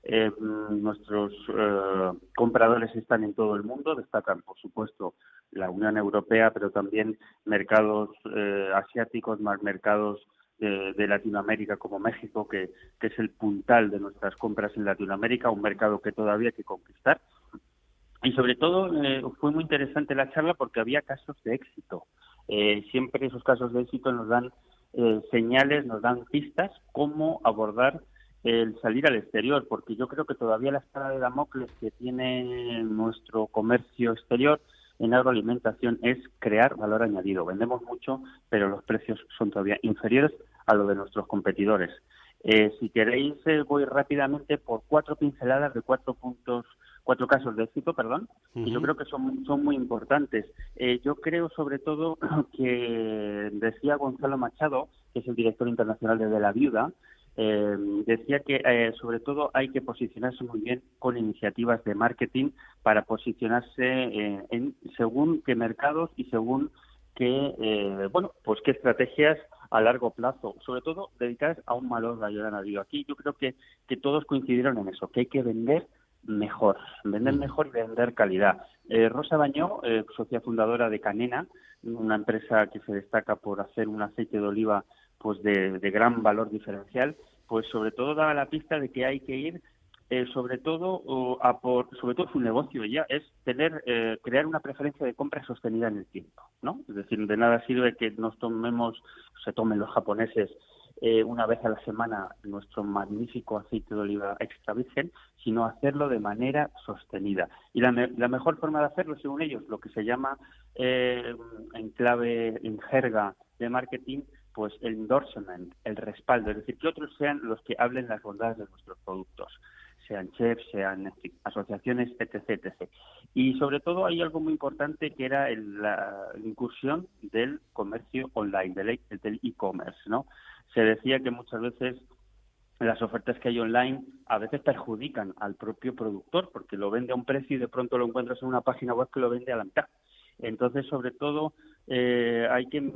Nuestros compradores están en todo el mundo, destacan, por supuesto, la Unión Europea, pero también mercados asiáticos, más mercados de Latinoamérica como México, que es el puntal de nuestras compras en Latinoamérica, un mercado que todavía hay que conquistar. Y sobre todo fue muy interesante la charla porque había casos de éxito. Siempre esos casos de éxito nos dan señales, nos dan pistas cómo abordar el salir al exterior, porque yo creo que todavía la espada de Damocles que tiene nuestro comercio exterior en agroalimentación es crear valor añadido. Vendemos mucho, pero los precios son todavía inferiores a los de nuestros competidores. Si queréis, voy rápidamente por 4 pinceladas de 4 casos de éxito, y yo creo que son muy importantes. Yo creo, sobre todo, que decía Gonzalo Machado, que es el director internacional de La Viuda, decía que sobre todo hay que posicionarse muy bien con iniciativas de marketing para posicionarse según qué mercados y según qué qué estrategias a largo plazo, sobre todo dedicadas a un valor añadido. Aquí yo creo que todos coincidieron en eso, que hay que vender mejor y vender calidad. Rosa Bañó, socia fundadora de Canena, una empresa que se destaca por hacer un aceite de oliva pues de gran valor diferencial, pues sobre todo daba la pista de que hay que ir sobre todo su negocio ya es crear una preferencia de compra sostenida en el tiempo, ¿no? Es decir, de nada sirve que se tomen los japoneses una vez a la semana nuestro magnífico aceite de oliva extra virgen, sino hacerlo de manera sostenida. Y la mejor forma de hacerlo, según ellos, lo que se llama en jerga de marketing, pues el endorsement, el respaldo, es decir, que otros sean los que hablen las bondades de nuestros productos, sean chefs, sean asociaciones, etc. Y sobre todo hay algo muy importante que era la incursión del comercio online, del e-commerce, ¿no? Se decía que muchas veces las ofertas que hay online a veces perjudican al propio productor porque lo vende a un precio y de pronto lo encuentras en una página web que lo vende a la mitad. Entonces, sobre todo, hay que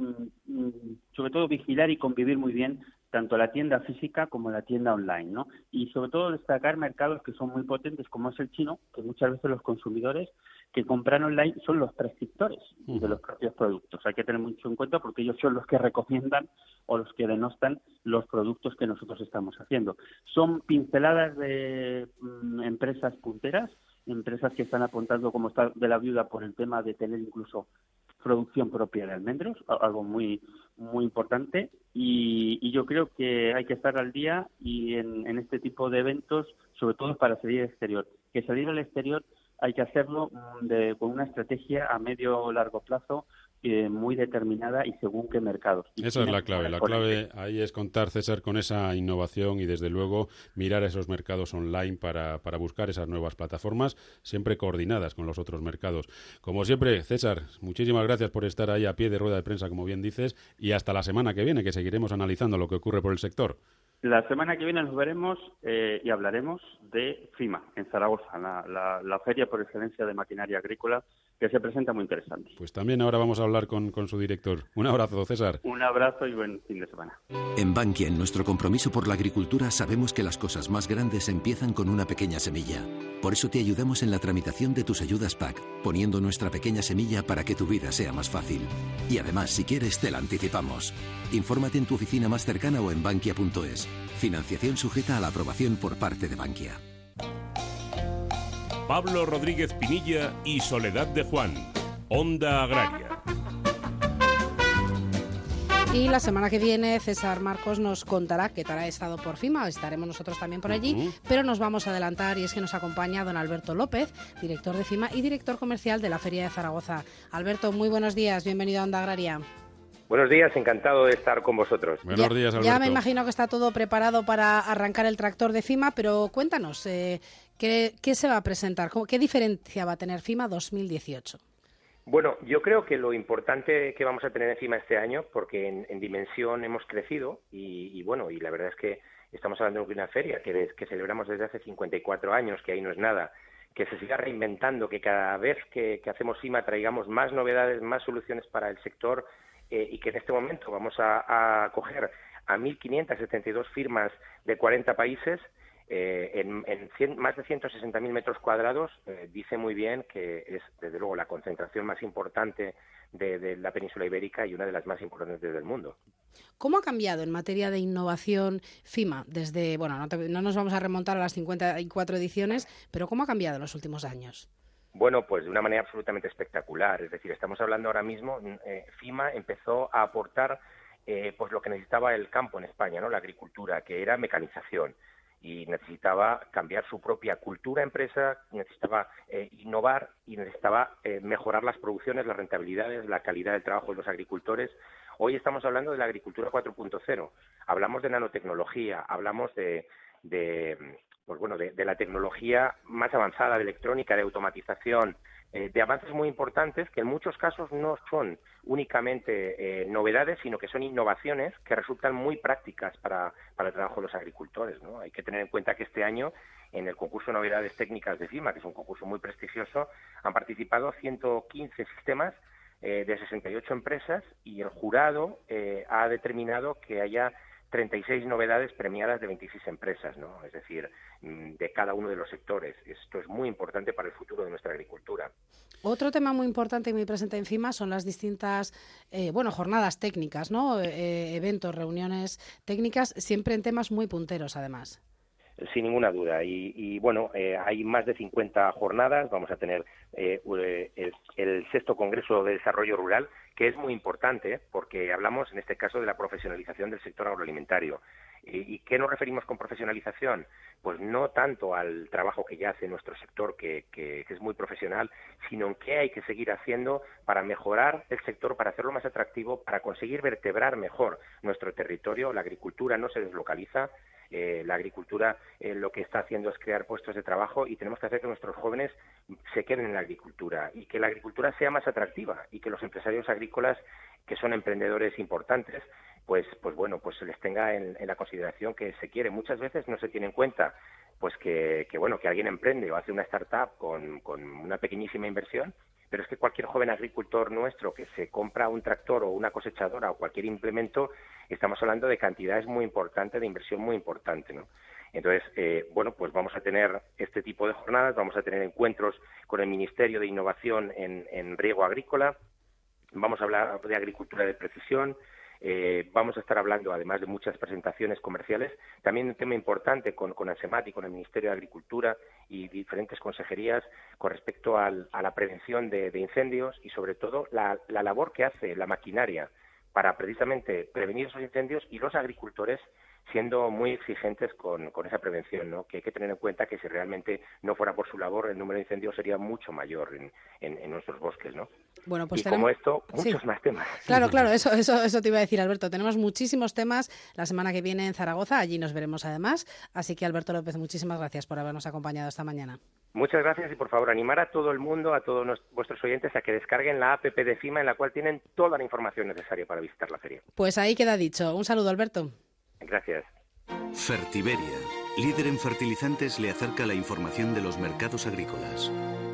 vigilar y convivir muy bien tanto la tienda física como la tienda online, ¿no? Y sobre todo destacar mercados que son muy potentes, como es el chino, que muchas veces los consumidores que compran online son los prescriptores de los propios productos. Hay que tener mucho en cuenta porque ellos son los que recomiendan o los que denostan los productos que nosotros estamos haciendo. Son pinceladas de empresas punteras, empresas que están apuntando, como está de La Viuda, por el tema de tener incluso producción propia de almendros, algo muy muy importante, y yo creo que hay que estar al día y en este tipo de eventos, sobre todo para salir al exterior. Que salir al exterior hay que hacerlo con una estrategia a medio o largo plazo muy determinada y según qué mercados. Esa es la clave. La clave ahí es contar, César, con esa innovación y desde luego mirar esos mercados online para buscar esas nuevas plataformas, siempre coordinadas con los otros mercados. Como siempre, César, muchísimas gracias por estar ahí a pie de rueda de prensa, como bien dices, y hasta la semana que viene, que seguiremos analizando lo que ocurre por el sector. La semana que viene nos veremos y hablaremos de FIMA en Zaragoza, la feria por excelencia de maquinaria agrícola, que se presenta muy interesante. Pues también ahora vamos a hablar con su director. Un abrazo, César. Un abrazo y buen fin de semana. En Bankia, en nuestro compromiso por la agricultura, sabemos que las cosas más grandes empiezan con una pequeña semilla. Por eso te ayudamos en la tramitación de tus ayudas PAC, poniendo nuestra pequeña semilla para que tu vida sea más fácil. Y además, si quieres, te la anticipamos. Infórmate en tu oficina más cercana o en bankia.es. Financiación sujeta a la aprobación por parte de Bankia. Pablo Rodríguez Pinilla y Soledad de Juan. Onda Agraria. Y la semana que viene César Marcos nos contará qué tal ha estado por FIMA, estaremos nosotros también por allí, pero nos vamos a adelantar y es que nos acompaña don Alberto López, director de FIMA y director comercial de la Feria de Zaragoza. Alberto, muy buenos días, bienvenido a Onda Agraria. Buenos días, encantado de estar con vosotros. Buenos días, Alberto. Ya me imagino que está todo preparado para arrancar el tractor de FIMA, pero cuéntanos, ¿qué se va a presentar? ¿Qué diferencia va a tener FIMA 2018? Bueno, yo creo que lo importante que vamos a tener en FIMA este año, porque en dimensión hemos crecido y la verdad es que estamos hablando de una feria que celebramos desde hace 54 años, que ahí no es nada, que se siga reinventando, que cada vez que hacemos FIMA traigamos más novedades, más soluciones para el sector y que en este momento vamos a acoger a 1.572 firmas de 40 países más de 160.000 metros cuadrados, dice muy bien que es, desde luego, la concentración más importante de la península ibérica y una de las más importantes del mundo. ¿Cómo ha cambiado en materia de innovación FIMA? Desde, bueno, no nos vamos a remontar a las 54 ediciones, pero ¿cómo ha cambiado en los últimos años? Bueno, pues de una manera absolutamente espectacular. Es decir, estamos hablando ahora mismo, FIMA empezó a aportar pues lo que necesitaba el campo en España, ¿no? La agricultura, que era mecanización. Y necesitaba cambiar su propia cultura empresa, necesitaba innovar y necesitaba mejorar las producciones, las rentabilidades, la calidad del trabajo de los agricultores. Hoy estamos hablando de la agricultura 4.0. Hablamos de nanotecnología, hablamos de la tecnología más avanzada, de electrónica, de automatización, de avances muy importantes que en muchos casos no son únicamente novedades, sino que son innovaciones que resultan muy prácticas para el trabajo de los agricultores, ¿no? Hay que tener en cuenta que este año, en el concurso de Novedades Técnicas de FIMA, que es un concurso muy prestigioso, han participado 115 sistemas de 68 empresas y el jurado ha determinado que haya 36 novedades premiadas de 26 empresas, ¿no? Es decir, de cada uno de los sectores. Esto es muy importante para el futuro de nuestra agricultura. Otro tema muy importante y muy presente en FIMA son las distintas jornadas técnicas, ¿no? Eventos, reuniones técnicas, siempre en temas muy punteros, además. Sin ninguna duda. Y hay más de 50 jornadas. Vamos a tener el 6º Congreso de Desarrollo Rural, que es muy importante porque hablamos, en este caso, de la profesionalización del sector agroalimentario. ¿Y qué nos referimos con profesionalización? Pues no tanto al trabajo que ya hace nuestro sector, que es muy profesional, sino en qué hay que seguir haciendo para mejorar el sector, para hacerlo más atractivo, para conseguir vertebrar mejor nuestro territorio. La agricultura no se deslocaliza. La agricultura lo que está haciendo es crear puestos de trabajo y tenemos que hacer que nuestros jóvenes se queden en la agricultura y que la agricultura sea más atractiva y que los empresarios agrícolas, que son emprendedores importantes, pues se les tenga en la consideración que se quiere. Muchas veces no se tiene en cuenta pues que alguien emprende o hace una startup con una pequeñísima inversión, pero es que cualquier joven agricultor nuestro que se compra un tractor o una cosechadora o cualquier implemento, estamos hablando de cantidades muy importantes, de inversión muy importante, ¿no? Entonces, pues vamos a tener este tipo de jornadas, vamos a tener encuentros con el Ministerio de Innovación en riego agrícola, vamos a hablar de agricultura de precisión. Vamos a estar hablando, además de muchas presentaciones comerciales, también un tema importante con ANSEMAT y con el Ministerio de Agricultura y diferentes consejerías con respecto a la prevención de incendios y, sobre todo, la labor que hace la maquinaria para precisamente prevenir esos incendios y los agricultores siendo muy exigentes con esa prevención, ¿no? Que hay que tener en cuenta que si realmente no fuera por su labor, el número de incendios sería mucho mayor en nuestros bosques, ¿no? Bueno, pues como esto, muchos más temas. Claro, eso te iba a decir, Alberto. Tenemos muchísimos temas la semana que viene en Zaragoza, allí nos veremos además. Así que, Alberto López, muchísimas gracias por habernos acompañado esta mañana. Muchas gracias y, por favor, animar a todo el mundo, a todos vuestros oyentes, a que descarguen la app de FIMA, en la cual tienen toda la información necesaria para visitar la feria. Pues ahí queda dicho. Un saludo, Alberto. Gracias. Fertiberia, líder en fertilizantes, le acerca la información de los mercados agrícolas.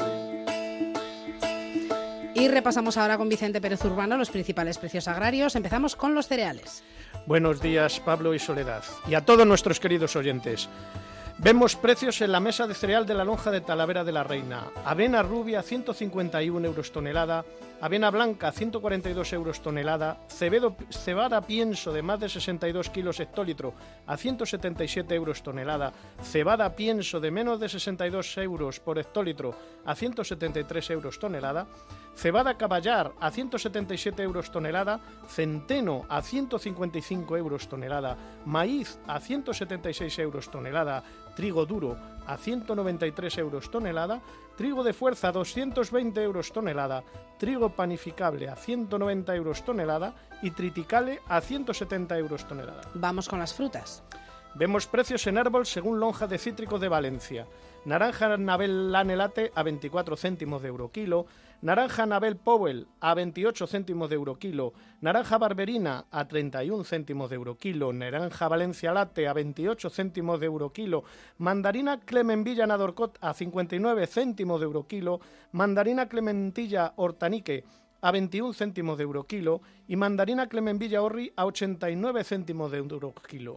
Y repasamos ahora con Vicente Pérez Urbano los principales precios agrarios. Empezamos con los cereales. Buenos días, Pablo y Soledad. Y a todos nuestros queridos oyentes. Vemos precios en la mesa de cereal de la lonja de Talavera de la Reina. Avena rubia, 151 euros tonelada. Avena blanca, 142 euros tonelada. Cebada pienso de más de 62 kilos hectolitro a 177 euros tonelada. Cebada pienso de menos de 62 euros por hectolitro a 173 euros tonelada. Cebada caballar a 177 euros tonelada. Centeno a 155 euros tonelada. Maíz a 176 euros tonelada. Trigo duro a 193 euros tonelada, trigo de fuerza a 220 euros tonelada, trigo panificable a 190 euros tonelada y triticale a 170 euros tonelada. Vamos con las frutas. Vemos precios en árbol según lonja de cítricos de Valencia. Naranja Nabel Lanelate a 24 céntimos de euro kilo, naranja Nabel Powell a 28 céntimos de euro kilo, naranja Barberina a 31 céntimos de euro kilo, naranja Valencia Latte a 28 céntimos de euro kilo, mandarina Clemenvilla Nadorcot a 59 céntimos de euro kilo, mandarina Clementilla Hortanique a 21 céntimos de euro kilo y mandarina Clemenvilla Orri a 89 céntimos de euro kilo.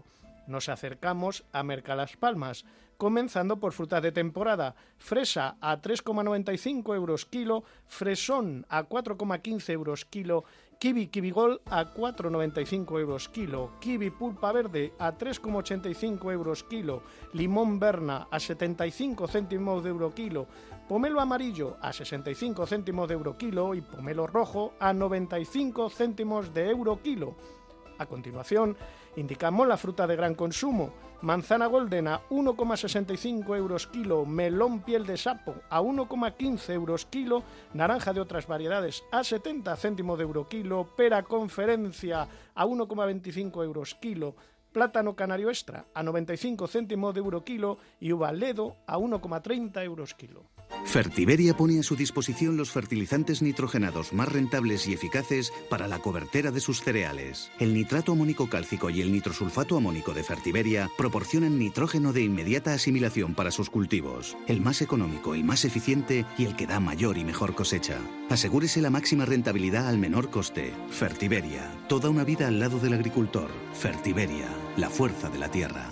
Nos acercamos a Mercalas Palmas, comenzando por frutas de temporada. Fresa a 3,95 euros kilo, fresón a 4,15 euros kilo, kiwi Gold a 4,95 euros kilo, kiwi pulpa verde a 3,85 euros kilo, limón Berna a 75 céntimos de euro kilo, pomelo amarillo a 65 céntimos de euro kilo y pomelo rojo a 95 céntimos de euro kilo. A continuación, indicamos la fruta de gran consumo. Manzana golden a 1,65 euros kilo, melón piel de sapo a 1,15 euros kilo, naranja de otras variedades a 70 céntimos de euro kilo, pera conferencia a 1,25 euros kilo, plátano canario extra a 95 céntimos de euro kilo y uva ledo a 1,30 euros kilo. Fertiberia pone a su disposición los fertilizantes nitrogenados más rentables y eficaces para la cobertera de sus cereales. El nitrato amónico cálcico y el nitrosulfato amónico de Fertiberia proporcionan nitrógeno de inmediata asimilación para sus cultivos. El más económico, el más eficiente y el que da mayor y mejor cosecha. Asegúrese la máxima rentabilidad al menor coste. Fertiberia, toda una vida al lado del agricultor. Fertiberia, la fuerza de la tierra.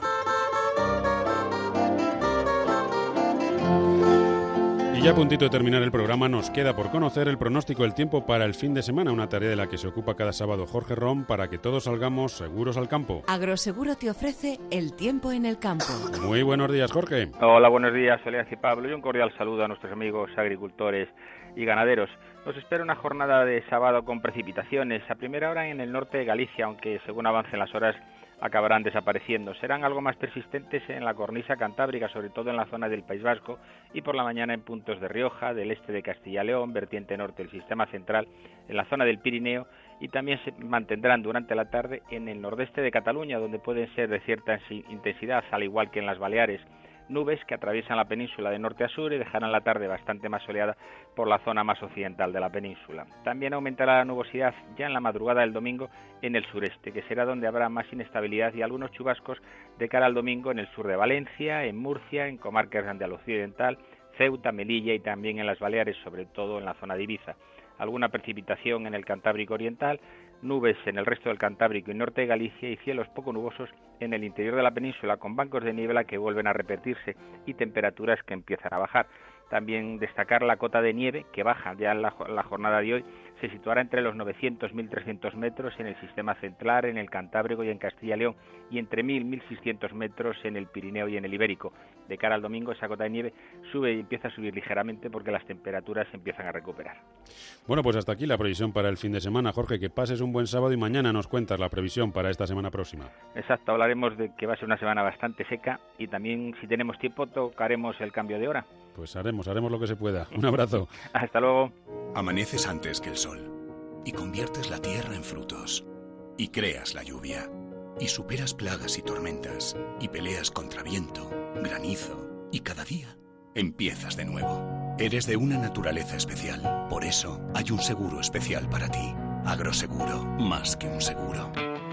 Y ya a puntito de terminar el programa, nos queda por conocer el pronóstico del tiempo para el fin de semana, una tarea de la que se ocupa cada sábado Jorge Rom para que todos salgamos seguros al campo. Agroseguro te ofrece el tiempo en el campo. Muy buenos días, Jorge. Hola, buenos días, Soledad y Pablo, y un cordial saludo a nuestros amigos agricultores y ganaderos. Nos espera una jornada de sábado con precipitaciones, a primera hora en el norte de Galicia, aunque según avancen las horas acabarán desapareciendo. Serán algo más persistentes en la cornisa cantábrica, sobre todo en la zona del País Vasco, y por la mañana en puntos de Rioja, del este de Castilla y León, vertiente norte del sistema central, en la zona del Pirineo, y también se mantendrán durante la tarde en el nordeste de Cataluña, donde pueden ser de cierta intensidad, al igual que en las Baleares. Nubes que atraviesan la península de norte a sur y dejarán la tarde bastante más soleada por la zona más occidental de la península. También aumentará la nubosidad ya en la madrugada del domingo en el sureste, que será donde habrá más inestabilidad y algunos chubascos de cara al domingo en el sur de Valencia, en Murcia, en comarcas de Andalucía Occidental, Ceuta, Melilla y también en las Baleares, sobre todo en la zona de Ibiza. Alguna precipitación en el Cantábrico Oriental, nubes en el resto del Cantábrico y norte de Galicia y cielos poco nubosos en el interior de la península con bancos de niebla que vuelven a repetirse y temperaturas que empiezan a bajar. También destacar la cota de nieve que baja ya en la jornada de hoy, se situará entre los 900 y 1.300 metros en el sistema central, en el Cantábrico y en Castilla y León, y entre 1.000 y 1.600 metros en el Pirineo y en el Ibérico. De cara al domingo esa cota de nieve sube y empieza a subir ligeramente porque las temperaturas se empiezan a recuperar. Bueno, pues hasta aquí la previsión para el fin de semana. Jorge, que pases un buen sábado y mañana nos cuentas la previsión para esta semana próxima. Exacto, hablaremos de que va a ser una semana bastante seca y también, si tenemos tiempo, tocaremos el cambio de hora. Pues haremos lo que se pueda. Un abrazo. Hasta luego. Amaneces antes que el sol y conviertes la tierra en frutos y creas la lluvia y superas plagas y tormentas y peleas contra viento, granizo y cada día empiezas de nuevo. Eres de una naturaleza especial. Por eso hay un seguro especial para ti. Agroseguro, más que un seguro.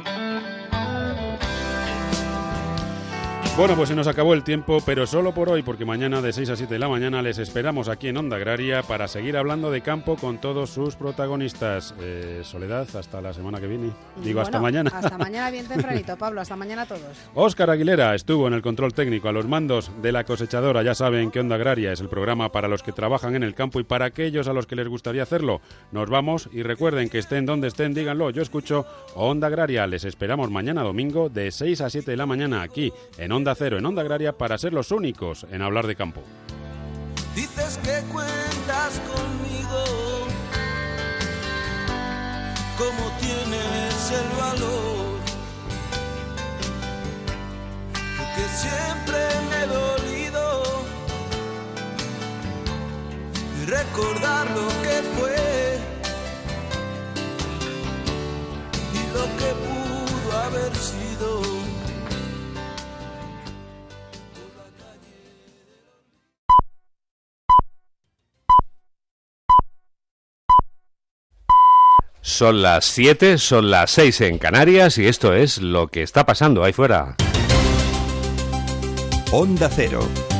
Bueno, pues se nos acabó el tiempo, pero solo por hoy, porque mañana de 6 a 7 de la mañana les esperamos aquí en Onda Agraria para seguir hablando de campo con todos sus protagonistas. Soledad, hasta la semana que viene. Digo, bueno, hasta mañana. Hasta mañana bien tempranito, Pablo. Hasta mañana a todos. Óscar Aguilera estuvo en el control técnico a los mandos de la cosechadora. Ya saben que Onda Agraria es el programa para los que trabajan en el campo y para aquellos a los que les gustaría hacerlo. Nos vamos y recuerden que estén donde estén, díganlo. Yo escucho Onda Agraria. Les esperamos mañana domingo de 6 a 7 de la mañana aquí en Onda Cero, en Onda Agraria, para ser los únicos en hablar de campo. Dices que cuentas conmigo, ¿cómo tienes el valor? Porque siempre me he dolido y recordar lo que fue y lo que pudo haber sido. Son las 7, son las 6 en Canarias y esto es lo que está pasando ahí fuera. Onda Cero.